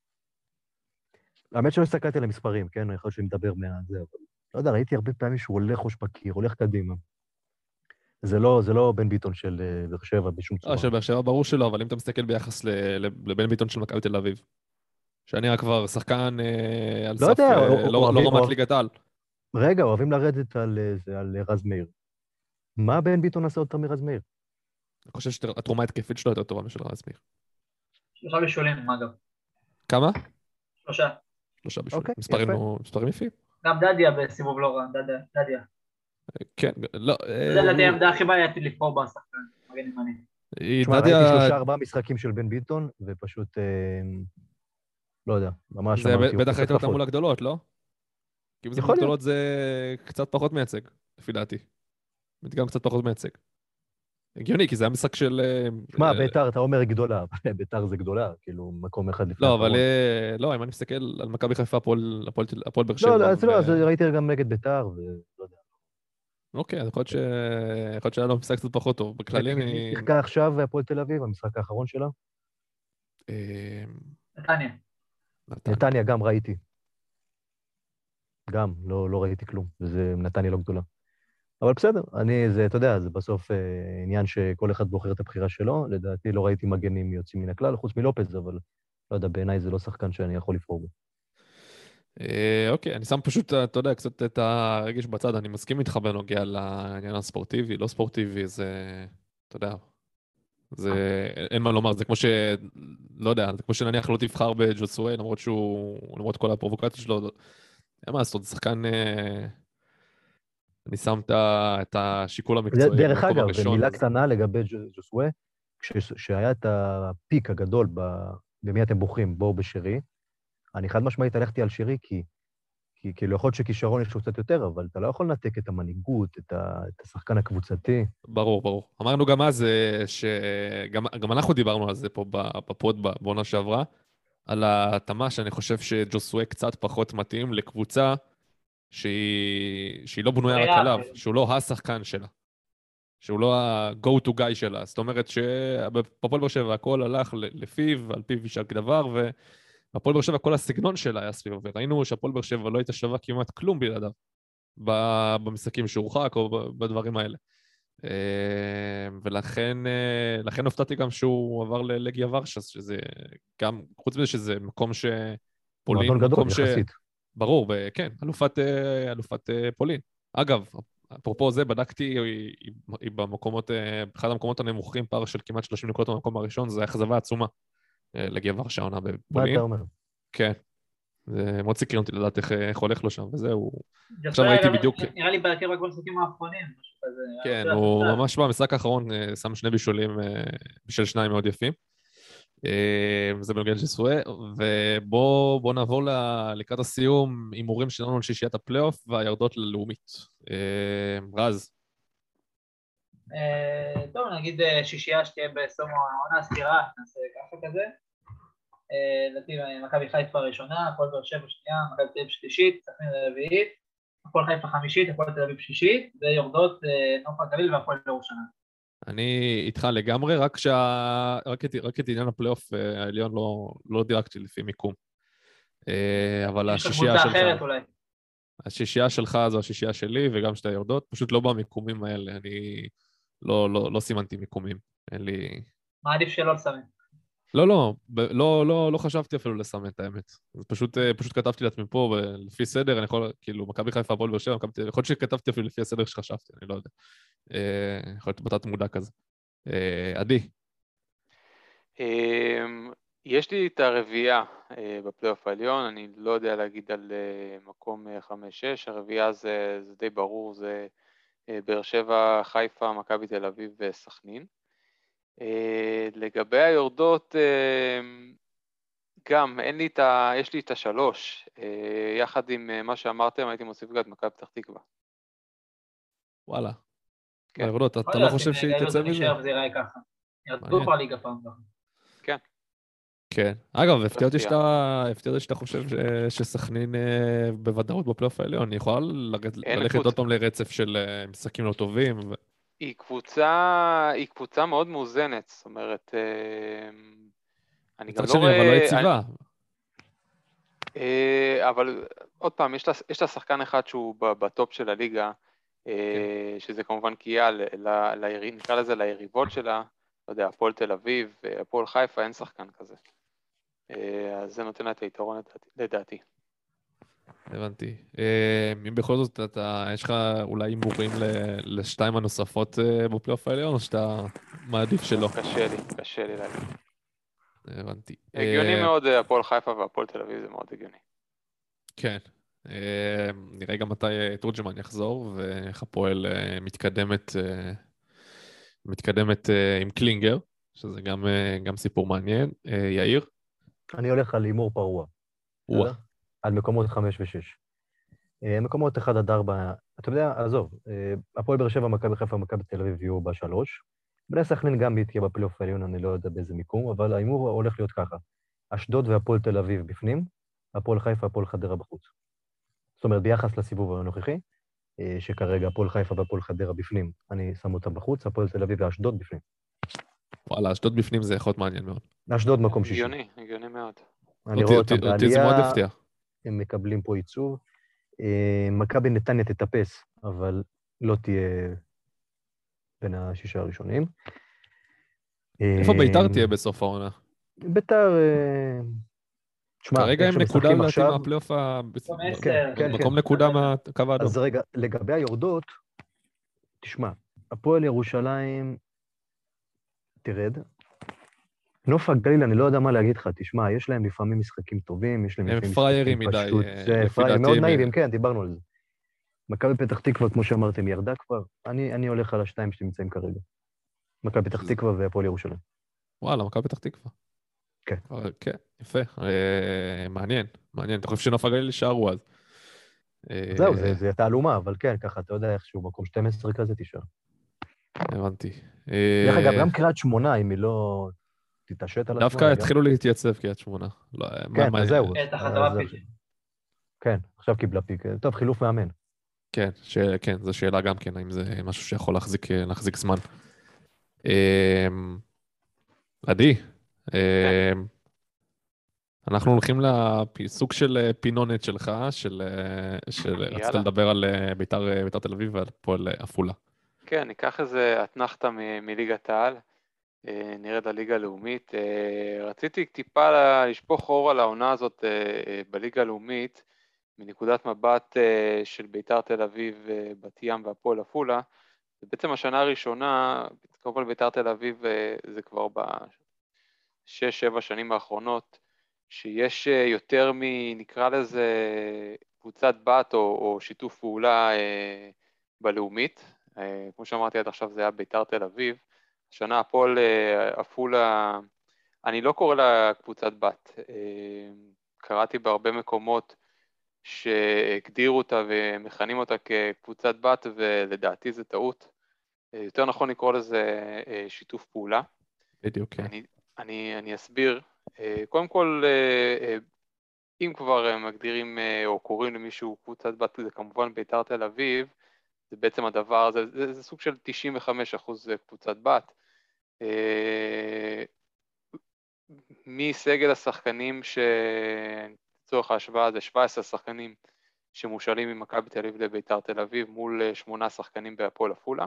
Speaker 5: האמת שלא הסתכלתי על המספרים, כן, אני יכול שאני מדבר מהזה, אבל לא יודע, ראיתי הרבה פעמים שהוא הולך ראש בקיר, הולך קדימה. זה לא בן ביטון של באר שבע בשום צורה.
Speaker 2: של באר שבע ברור שלא, אבל אם אתה מסתכל ביחס לבן ביטון של מכבי תל אביב, שאני היה כבר שחקן על סף, לא רמת ליגת העל.
Speaker 5: רגע, אוהבים לרדת על רז מאיר. מה בן ביטון עשה יותר מרז מאיר?
Speaker 2: אני חושב שהתרומה התקפית שלו יותר טובה משל רז מאיר.
Speaker 4: 3 בישולים, אגב.
Speaker 2: כמה?
Speaker 4: 3.
Speaker 2: 3 בישולים. מספרים יפים.
Speaker 4: גם דדיה בסיבוב לא רע, דדיה.
Speaker 2: כן, לא...
Speaker 4: זה לדעתי העמדה הכי בעייתי לבחור בשחקן, מגן ימני.
Speaker 5: תשמע, ראיתי 3-4 משחקים של בן ביטון, ופשוט... לא יודע, ממש
Speaker 2: אמרתי... זה בטח הייתה אותה מול הגדולות, לא? כי אם זה
Speaker 5: יכול להיות.
Speaker 2: גדולות זה קצת פחות מייצג, לפי דעתי. מדגם קצת פחות מייצג. הגיוני, כי זה המשחק של...
Speaker 5: שמע, ביתר, אתה אומר גדולה, ביתר זה גדולה, כאילו, מקום אחד לפני
Speaker 2: לא,
Speaker 5: האחרון.
Speaker 2: אבל לא, אם אני מסתכל על מכבי חיפה, הפועל באר שבע...
Speaker 5: לא, אז ראיתי גם נגד ביתר, ולא יודע.
Speaker 2: אוקיי, אז יכול להיות שהיה לו משחק קצת פחות טוב. בכללי אני...
Speaker 5: שיחקה עכשיו הפועל תל אביב, המשחק האחרון שלה.
Speaker 4: נתניה.
Speaker 5: נתניה גם ראיתי. גם, לא ראיתי כלום, וזה נתניה לא גדולה. אבל בסדר, אתה יודע, זה בסוף עניין שכל אחד בוחר את הבחירה שלו. לדעתי לא ראיתי מגנים יוצאים מן הכלל, חוץ מלופז, אבל לא יודע, בעיניי זה לא שחקן שאני יכול לבחור בו.
Speaker 2: אוקיי, אני שם פשוט, אתה יודע, קצת את הרגש בצד, אני מסכים איתך בנוגע לעניין הספורטיבי, לא ספורטיבי, זה, אתה יודע, זה, אין מה לומר, זה כמו לא יודע, זה כמו שנניח לא תבחר בג'וסואל, למרות כל הפרובוקציות שלו, אין מה לעשות, זה שחקן, אני שם את השיקול המקצועי.
Speaker 5: דרך אגב, מילה קטנה לגבי ג'וסואל, כשהיה את הפיק הגדול במי אתם בוחרים, בואו בשירי, אני חד משמעית הלכתי על שירי, כי כאילו יכול להיות שכישרון יש לו קצת יותר, אבל אתה לא יכול לנתק את המנהיגות, את השחקן הקבוצתי.
Speaker 2: ברור. אמרנו גם אז, גם אנחנו דיברנו על זה פה בפוד בעונה שעברה, על ההתאמה שאני חושב שג'וסואל קצת פחות מתאים לקבוצה שהיא לא בנויה רק עליו, שהוא לא השחקן שלה, שהוא לא ה-go to guy שלה. זאת אומרת שבפועל באר שבע הכל הלך לפיו, על פיו יישק דבר, והפועל באר שבע כל הסגנון שלה היה סביבו, וראינו שהפועל באר שבע לא הייתה שווה כמעט כלום בלעדיו, במשחקים שהורחק או בדברים האלה. ולכן הופתעתי גם שהוא עבר ללגיה ורשה, שזה גם, חוץ מזה שזה מקום שפולין,
Speaker 5: מקום יחסית.
Speaker 2: ברור, כן, אלופת פולין. אגב, אפרופו זה, בדקתי, היא במקומות, באחד המקומות הנמוכים, פער של כמעט 30 נקודות במקום הראשון, זה אכזבה עצומה לגיה ורשה עונה בפולין.
Speaker 5: מה אתה אומר?
Speaker 2: כן. זה מאוד סקרן אותי לדעת איך הולך לו שם, וזהו. עכשיו ראיתי בדיוק...
Speaker 4: נראה לי בהרכב רק במשחקים האחרונים.
Speaker 2: כן, הוא ממש במשחק האחרון שם 2 בישולים בשל 2 מאוד יפים. זה בנוגע לג'וסואל, ובואו נעבור לקראת הסיום, הימורים שלנו על שישיית הפלייאוף והירדות ללאומית. רז.
Speaker 4: טוב, נגיד שישייה שתהיה בסוף העונה סתירה, נעשה ככה כזה. לדעתי מכבי חיפה ראשונה, הפועל באר שבע שנייה, מכבי תל אביב שלישית, סכנין רביעית, הפועל חיפה חמישית, הפועל תל אביב שישית, ויורדות נוף הגליל והפועל ירושלים.
Speaker 2: אני איתך לגמרי, רק את עניין הפלייאוף העליון לא דירקתי לפי מיקום. אבל השישייה שלך... אחרת אולי. השישייה שלך זו השישייה שלי, וגם שתי היורדות, פשוט לא במיקומים האלה, אני לא סימנתי מיקומים, אין לי...
Speaker 4: מה עדיף שלא לסמן?
Speaker 2: לא חשבתי אפילו לסמן את האמת. פשוט כתבתי לעצמי פה, לפי סדר, אני יכול, כאילו, מכבי חיפה, הפועל באר שבע, יכול להיות שכתבתי אפילו לפי הסדר שחשבתי, אני לא יודע. יכול להיות בתת מודע כזה. עדי.
Speaker 3: יש לי את הרביעייה בפלייאוף העליון, אני לא יודע להגיד על מקום 5-6, הרביעייה זה די ברור, זה באר שבע, חיפה, מכבי תל אביב וסכנין. לגבי היורדות, גם יש לי את 3, יחד עם מה שאמרתם, הייתי מוסיף גם את מכבי פתח תקווה.
Speaker 2: וואלה. היורדות, אתה לא חושב שהיא תצא מזה?
Speaker 4: וזה ייראה ככה. ירדו כבר ליגה פעם.
Speaker 3: כן.
Speaker 2: כן. אגב, הפתיע אותי שאתה חושב שסכנין בוודאות בפלייאוף העליון, אני יכולה ללכת עוד פעם לרצף של משחקים לא טובים.
Speaker 3: היא קבוצה מאוד מאוזנת, זאת אומרת, אני גם לא רואה...
Speaker 2: אבל לא יציבה.
Speaker 3: אבל עוד פעם, יש לה שחקן אחד שהוא בטופ של הליגה, שזה כמובן קיה, נקרא לזה ליריבות שלה, לא יודע, הפועל תל אביב, הפועל חיפה, אין שחקן כזה. אז זה נותן לה את היתרון לדעתי.
Speaker 2: הבנתי. אם בכל זאת יש לך אולי הימורים לשתיים הנוספות בפלייאוף העליון, או שאתה מעדיף שלא?
Speaker 3: קשה לי להגיד.
Speaker 2: הבנתי.
Speaker 3: הגיוני מאוד, הפועל חיפה והפועל תל אביב זה מאוד הגיוני.
Speaker 2: כן. נראה גם מתי תורג'מן יחזור, ואיך הפועל מתקדמת עם קלינגר, שזה גם סיפור מעניין. יאיר?
Speaker 5: אני הולך על הימור פרוע. על מקומות 5 ו-6. מקומות 1 עד 4, אתה יודע, עזוב, הפועל באר שבע, מכבי חיפה, מכבי תל אביב יהיו ב3. בני סכנין גם תהיה בפלייאוף העליון, אני לא יודע באיזה מיקום, אבל ההימור הולך להיות ככה. אשדוד והפועל תל אביב בפנים, הפועל חיפה, הפועל חדרה בחוץ. זאת אומרת, ביחס לסיבוב הנוכחי, שכרגע הפועל חיפה והפועל חדרה בפנים, אני שם אותם בחוץ, הפועל תל אביב ואשדוד בפנים.
Speaker 2: וואלה, אשדוד בפנים זה יכול להיות מעניין מאוד.
Speaker 5: אשדוד מקום 6.
Speaker 3: הגיוני מאוד.
Speaker 5: אני רואה אותם
Speaker 2: אותי זה מאוד
Speaker 5: בעלייה,
Speaker 2: הפתיע.
Speaker 5: הם מקבלים פה ייצוב. מכבי נתניה תטפס, אבל לא תהיה בין 6 הראשונים.
Speaker 2: איפה ביתר תהיה בסוף העונה?
Speaker 5: ביתר, תשמע,
Speaker 2: כרגע הם נקודה לדעתי
Speaker 5: עכשיו,
Speaker 2: מהפלייאוף
Speaker 5: כן,
Speaker 2: מקום נקודה מהקו האדום.
Speaker 5: אז רגע, לגבי היורדות, תשמע, הפועל ירושלים תרד. נוף הגליל, אני לא יודע מה להגיד לך, תשמע, יש להם לפעמים משחקים טובים, יש להם
Speaker 2: הם
Speaker 5: לפעמים
Speaker 2: פריירים
Speaker 5: משחקים
Speaker 2: מדי,
Speaker 5: פשוט, זה
Speaker 2: לפי
Speaker 5: פריירים מאוד
Speaker 2: דעתי,
Speaker 5: נאיבים, כן, דיברנו על זה. מכבי פתח תקווה, כמו שאמרתם, ירדה כבר, אני הולך על השתיים שנמצאים כרגע. מכבי פתח תקווה והפועל ירושלים.
Speaker 2: וואלה, מכבי פתח תקווה.
Speaker 5: כן.
Speaker 2: כן, יפה. מעניין. אתה חושב שנוף הגליל יישארו אז?
Speaker 5: זהו, זה תעלומה, אבל כן, ככה, אתה יודע איכשהו, מקום 12 כזה תישאר.
Speaker 2: הבנתי.
Speaker 5: דרך אגב, גם קריית שמונה, אם היא לא תתעשת על עצמה.
Speaker 2: דווקא התחילו להתייצב קריית שמונה.
Speaker 5: כן, אז זהו.
Speaker 4: את החזרה פיק.
Speaker 5: כן, עכשיו קיבלה פיק. טוב, חילוף מאמן.
Speaker 2: כן, זו שאלה גם כן, האם זה משהו שיכול להחזיק זמן. עדי, אנחנו הולכים לסוג של פינונת שלך, רצית לדבר על ביתר תל אביב ועל פועל עפולה.
Speaker 3: כן, ניקח איזה אתנחתא מליגת העל, נרד לליגה הלאומית. רציתי טיפה לשפוך אור על העונה הזאת בליגה הלאומית, מנקודת מבט של ביתר תל אביב, בת ים והפועל עפולה. זה בעצם השנה הראשונה, קודם כל ביתר תל אביב זה כבר ב6-7 שנים האחרונות, שיש יותר נקרא לזה קבוצת בת או שיתוף פעולה בלאומית. כמו שאמרתי עד עכשיו זה היה ביתר תל אביב. השנה הפועל עפולה, אני לא קורא לה קבוצת בת, קראתי בהרבה מקומות שהגדירו אותה ומכנים אותה כקבוצת בת, ולדעתי זה טעות. יותר נכון לקרוא לזה שיתוף פעולה.
Speaker 2: בדיוק, כן.
Speaker 3: אני אסביר. קודם כל, אם כבר מגדירים או קוראים למישהו קבוצת בת, זה כמובן ביתר תל אביב, זה בעצם הדבר הזה, זה סוג של 95% קבוצת בת. מסגל השחקנים לצורך ההשוואה זה 17 שחקנים שמושאלים ממכבי תל אביב לביתר תל אביב מול 8 שחקנים בהפועל עפולה.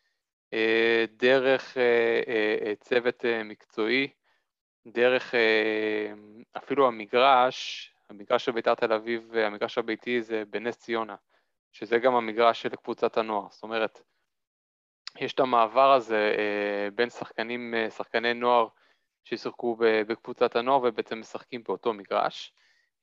Speaker 3: דרך צוות מקצועי, דרך אפילו המגרש של ביתר תל אביב והמגרש הביתי זה בנס ציונה, שזה גם המגרש של קבוצת הנוער. זאת אומרת, יש את המעבר הזה בין שחקני נוער שישחקו בקבוצת הנוער ובעצם משחקים באותו מגרש.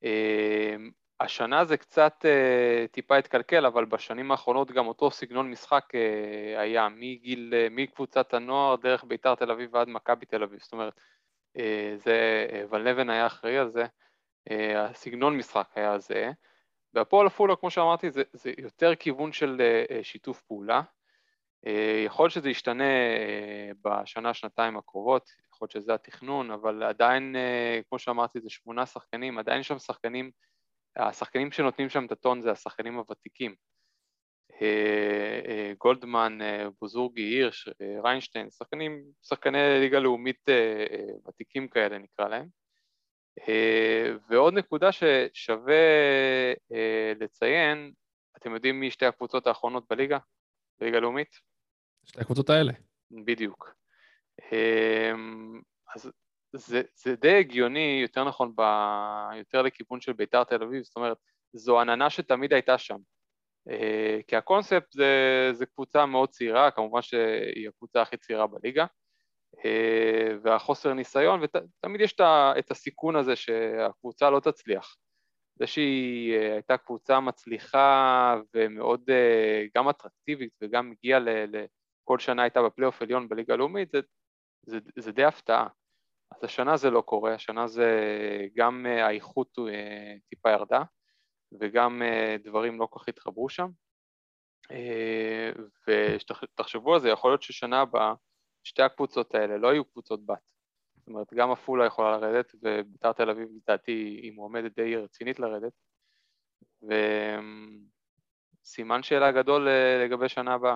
Speaker 3: השנה זה קצת טיפה התקלקל, אבל בשנים האחרונות גם אותו סגנון משחק היה מקבוצת הנוער דרך ביתר תל אביב ועד מכבי תל אביב. זאת אומרת, ון לבן היה אחראי על זה, הסגנון משחק היה זה. והפועל עפולה, כמו שאמרתי, זה יותר כיוון של שיתוף פעולה. יכול להיות שזה ישתנה בשנה-שנתיים הקרובות, יכול להיות שזה התכנון, אבל עדיין, כמו שאמרתי, זה 8 שחקנים, עדיין יש שם שחקנים, השחקנים שנותנים שם את הטון זה השחקנים הוותיקים. גולדמן, בוזורגי, הירש, ריינשטיין, שחקני ליגה לאומית ותיקים כאלה נקרא להם. ועוד נקודה ששווה לציין, אתם יודעים מי שתי הקבוצות האחרונות בליגה לאומית?
Speaker 2: שתי הקבוצות האלה.
Speaker 3: בדיוק. אז זה די הגיוני, יותר נכון, יותר לכיוון של ביתר תל אביב, זאת אומרת, זו עננה שתמיד הייתה שם. כי הקונספט זה קבוצה מאוד צעירה, כמובן שהיא הקבוצה הכי צעירה בליגה, והחוסר ניסיון, ותמיד יש את הסיכון הזה שהקבוצה לא תצליח. זה שהיא הייתה קבוצה מצליחה ומאוד גם אטרקטיבית וגם הגיעה כל שנה הייתה בפלייאוף עליון בליגה הלאומית, זה די הפתעה. אז השנה זה לא קורה, השנה זה גם האיכות טיפה ירדה, וגם דברים לא כל כך התחברו שם. ותחשבו על זה, יכול להיות ששנה הבאה שתי הקבוצות האלה לא יהיו קבוצות בת. זאת אומרת, גם עפולה יכולה לרדת, ובית"ר תל אביב לדעתי היא מועמדת די רצינית לרדת, וסימן שאלה גדול לגבי שנה הבאה.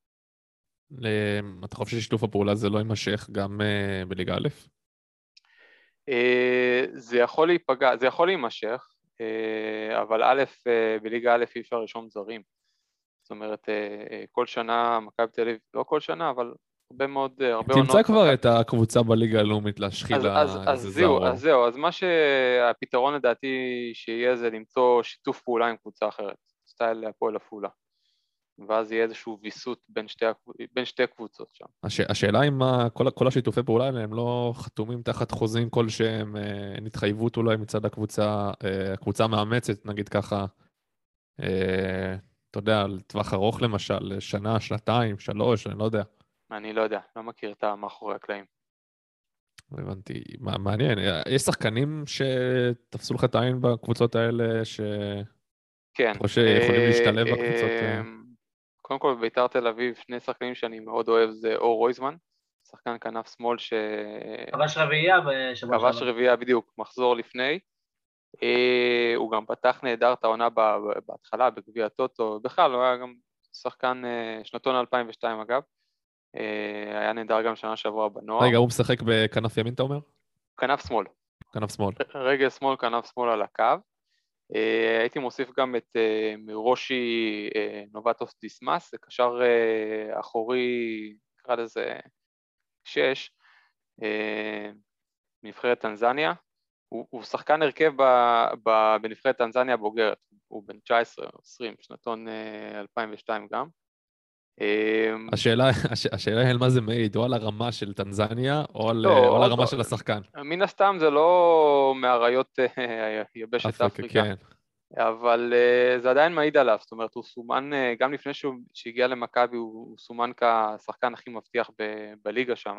Speaker 2: אתה חושב ששיתוף הפעולה זה לא יימשך גם בליגה א'?
Speaker 3: זה יכול להיפגע, זה יכול להימשך, אבל א', בליגה א' אי אפשר לרשום זרים. זאת אומרת, כל שנה מכבי תל אביב, לא כל שנה, אבל הרבה מאוד, הרבה עונות.
Speaker 2: תמצא כבר את הקבוצה בליגה הלאומית להשחיל איזה זר.
Speaker 3: אז זהו, אז מה שהפתרון לדעתי שיהיה זה למצוא שיתוף פעולה עם קבוצה אחרת, סטייל הפועל עפולה. ואז יהיה איזשהו ויסות בין שתי קבוצות שם.
Speaker 2: השאלה אם כל השיתופי פעולה האלה הם לא חתומים תחת חוזים כלשהם, נתחייבות אולי מצד הקבוצה המאמצת, נגיד ככה, אתה יודע, על טווח ארוך למשל, שנה, שנתיים, 3, אני לא יודע.
Speaker 3: אני לא יודע, לא מכיר את מאחורי הקלעים.
Speaker 2: הבנתי, מעניין. יש שחקנים שתפסו לך את העין בקבוצות האלה,
Speaker 3: כן.
Speaker 2: או שיכולים להשתלב בקבוצות?
Speaker 3: קודם כל, בבית"ר תל אביב, שני שחקנים שאני מאוד אוהב זה אור רויזמן, שחקן כנף שמאל
Speaker 4: כבש רביעייה בשבוע שעבר.
Speaker 3: כבש רביעייה בדיוק, מחזור לפני. הוא גם פתח נהדר את העונה בהתחלה, בגביע הטוטו, בכלל הוא היה גם שחקן שנתון 2002 אגב, היה נהדר גם שנה שעברה בנוער.
Speaker 2: רגע, הוא משחק בכנף ימין, אתה אומר?
Speaker 3: כנף שמאל.
Speaker 2: כנף שמאל.
Speaker 3: רגל שמאל, כנף שמאל על הקו. הייתי מוסיף גם את מרושי נובטוס דיסמאס, זה קשר אחורי, נקרא לזה 6, בנבחרת טנזניה. הוא שחקן הרכב בנבחרת טנזניה הבוגרת, הוא בן 19 או 20, שנתון 2002 גם.
Speaker 2: השאלה היא על מה זה מעיד, או על הרמה של טנזניה, או על הרמה של השחקן.
Speaker 3: מן הסתם זה לא מהראיות יבשת אפריקה, אבל זה עדיין מעיד עליו, זאת אומרת, הוא סומן, גם לפני שהגיע למכבי, הוא סומן כשחקן הכי מבטיח בליגה שם,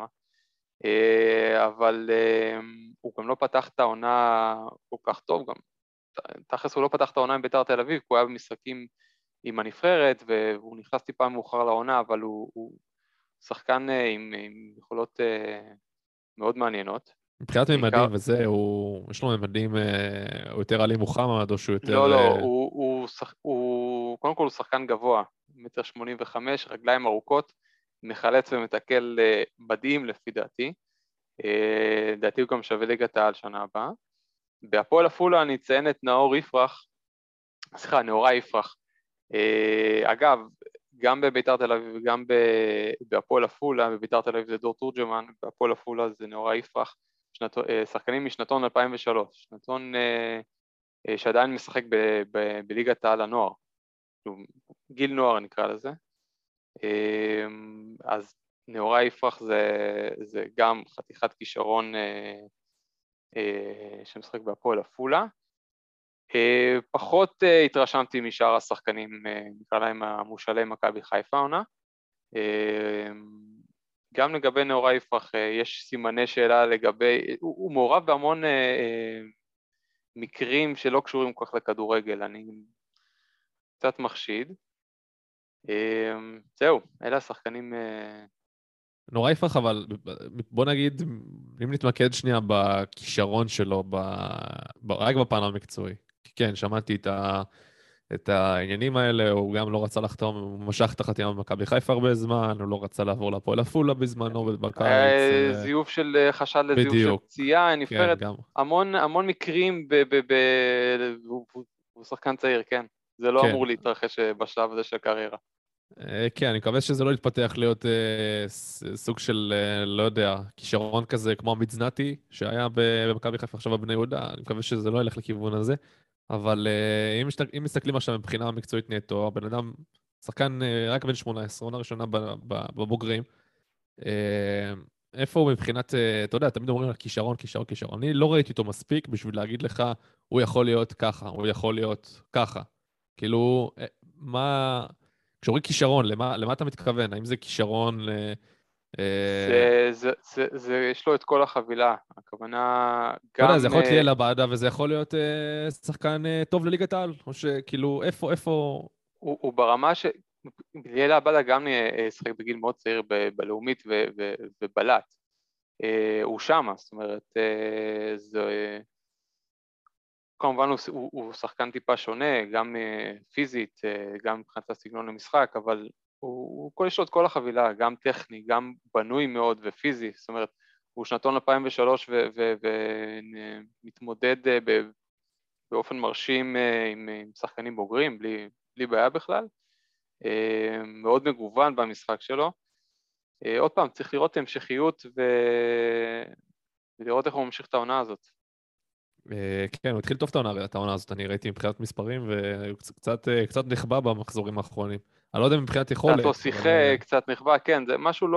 Speaker 3: אבל הוא גם לא פתח את העונה כל כך טוב, גם תכלס הוא לא פתח את העונה עם בית"ר תל אביב, כי הוא היה במשחקים עם הנבחרת, והוא נכנס טיפה מאוחר לעונה, אבל הוא שחקן עם יכולות מאוד מעניינות.
Speaker 2: מבחינת ממדים וזה, יש לו ממדים, הוא יותר עלי מוחמד, או שהוא יותר...
Speaker 3: לא, קודם כל הוא שחקן גבוה, 1.85 מטר, רגליים ארוכות, מחלץ ומתקל מדהים לפי דעתי. דעתי הוא גם שווה ליגת העל שנה הבאה. בהפועל עפולה אני אציין את נאור יפרח. אגב, גם בבית"ר תל אביב וגם בהפועל עפולה, בבית"ר תל אביב זה דור תורג'מן, בהפועל עפולה זה נאור יפרח, שחקנים משנתון 2003, שנתון שעדיין משחק בליגת העל הנוער, גיל נוער נקרא לזה. אז נאור יפרח זה גם חתיכת כישרון שמשחק בהפועל עפולה. פחות התרשמתי משאר השחקנים, נקרא להם המושאלי מכבי חיפה עונה. גם לגבי נאור יפרח יש סימני שאלה לגבי, הוא מעורב בהמון מקרים שלא קשורים כל כך לכדורגל, אני קצת מחשיד. זהו, אלה השחקנים...
Speaker 2: נאור יפרח, אבל בוא נגיד, אם נתמקד שנייה בכישרון שלו, רק בפן המקצועי. כן, שמעתי את העניינים האלה, הוא גם לא רצה לחתום, הוא משך את החתימה במכבי חיפה הרבה זמן, הוא לא רצה לעבור להפועל עפולה בזמנו בקיץ.
Speaker 3: זיוף של חשד לזיוף של פציעה, נפרד, המון מקרים, הוא שחקן צעיר, כן. זה לא אמור להתרחש בשלב הזה של הקריירה.
Speaker 2: כן, אני מקווה שזה לא יתפתח להיות סוג של, לא יודע, כישרון כזה כמו עמית זנתי, שהיה במכבי חיפה עכשיו בבני יהודה, אני מקווה שזה לא ילך לכיוון הזה, אבל אם מסתכלים עכשיו מבחינה מקצועית נטו, הבן אדם, שחקן רק בן 18, עונה ראשונה בבוגרים, איפה הוא מבחינת, אתה יודע, תמיד אומרים על כישרון, אני לא ראיתי אותו מספיק בשביל להגיד לך, הוא יכול להיות ככה, הוא יכול להיות ככה, כאילו, מה... כשאומרים כישרון, למה אתה מתכוון? האם זה כישרון
Speaker 3: יש לו את כל החבילה, הכוונה
Speaker 2: אתה יודע,
Speaker 3: גם...
Speaker 2: זה יכול להיות ליאל עבדה, וזה יכול להיות שחקן טוב לליגת העל, או שכאילו, איפה...
Speaker 3: הוא ברמה ש... ליאל עבדה גם שחק בגיל מאוד צעיר בלאומית ובלט. הוא שמה, זאת אומרת, כמובן הוא שחקן טיפה שונה, גם פיזית, גם מבחינת הסגנון למשחק, אבל יש לו את כל החבילה, גם טכני, גם בנוי מאוד ופיזי, זאת אומרת, הוא שנתון 2003 ומתמודד באופן מרשים עם שחקנים בוגרים, בלי בעיה בכלל, מאוד מגוון במשחק שלו. עוד פעם, צריך לראות המשכיות ולראות איך הוא ממשיך את העונה הזאת.
Speaker 2: כן, הוא התחיל טוב את העונה הזאת, אני ראיתי מבחינת מספרים, והוא קצת נחבא במחזורים האחרונים. אני לא יודע מבחינת יכולת.
Speaker 3: קצת לא שיחק, קצת נחבא, כן, זה משהו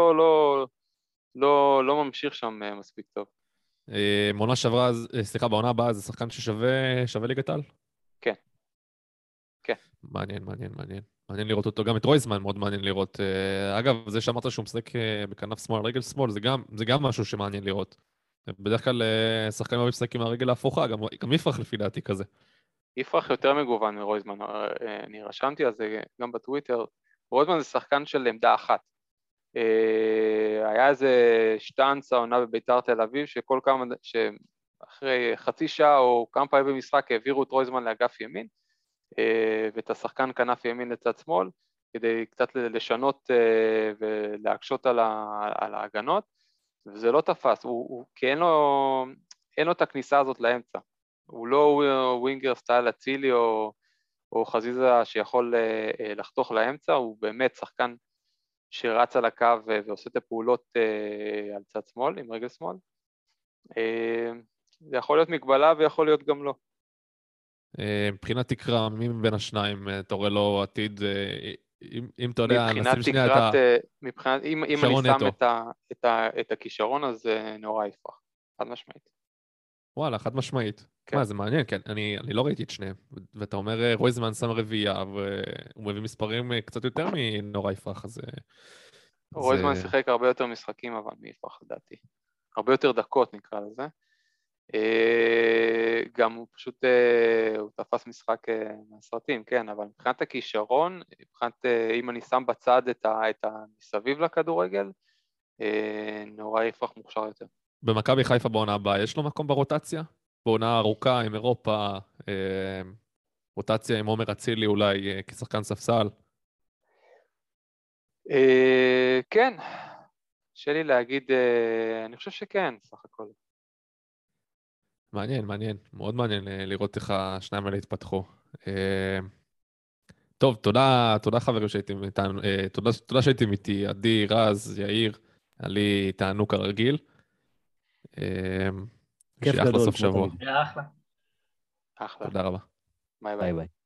Speaker 3: לא ממשיך שם מספיק טוב.
Speaker 2: בעונה שעברה, סליחה, בעונה הבאה זה שחקן ששווה ליגת העל?
Speaker 3: כן. כן.
Speaker 2: מעניין. מעניין לראות אותו, גם את רויזמן מאוד מעניין לראות. אגב, זה שאמרת שהוא משחק בכנף שמאל, רגל שמאל, זה גם משהו שמעניין לראות. בדרך כלל שחקנים אוהבים לשחק עם הרגל ההפוכה, גם יפרח לפי דעתי כזה.
Speaker 3: יפרח יותר מגוון מרויזמן, אני רשמתי על זה גם בטוויטר. רויזמן זה שחקן של עמדה אחת. היה איזה שטנץ העונה בביתר תל אביב, שאחרי חצי שעה או כמה פעמים במשחק העבירו את רויזמן לאגף ימין, ואת השחקן כנף ימין לצד שמאל, כדי קצת לשנות ולהקשות על ההגנות, וזה לא תפס, כי אין לו את הכניסה הזאת לאמצע. הוא לא ווינגר סטייל אצילי או חזיזה שיכול לחתוך לאמצע, הוא באמת שחקן שרץ על הקו ועושה את הפעולות על צד שמאל, עם רגל שמאל. זה יכול להיות מגבלה ויכול להיות גם לא.
Speaker 2: מבחינת תקרה, מי מבין השניים אתה רואה לו עתיד, אם אתה יודע, נשים שנייה את
Speaker 3: אם אני שם את הכישרון, אז נורא יפרח, חד משמעית.
Speaker 2: וואלה, חד משמעית. מה, זה מעניין, כן, אני לא ראיתי את שניהם, ואתה אומר רויזמן שם רביעייה, והוא מביא מספרים קצת יותר מנורא יפרח, אז...
Speaker 3: רויזמן שיחק הרבה יותר משחקים, אבל מיפרח לדעתי. הרבה יותר דקות נקרא לזה. גם הוא פשוט, הוא תפס משחק מהסרטים, כן, אבל מבחינת הכישרון, מבחינת אם אני שם בצד את המסביב לכדורגל, נורא יפרח מוכשר יותר.
Speaker 2: במכבי חיפה בעונה הבאה, יש לו מקום ברוטציה? בעונה ארוכה עם אירופה, רוטציה עם עומר אצילי אולי כשחקן ספסל?
Speaker 3: כן, שלי להגיד, אני חושב שכן, סך הכל.
Speaker 2: מעניין, מאוד מעניין לראות איך השניים האלה התפתחו. טוב, תודה חברים שהייתם איתנו, תודה שהייתם איתי, עדי, רז, יאיר, היה לי תענוג כרגיל.
Speaker 5: כיף גדול.
Speaker 2: סוף שבוע.
Speaker 4: אחלה.
Speaker 3: אחלה.
Speaker 2: תודה רבה.
Speaker 3: ביי ביי.
Speaker 5: ביי ביי.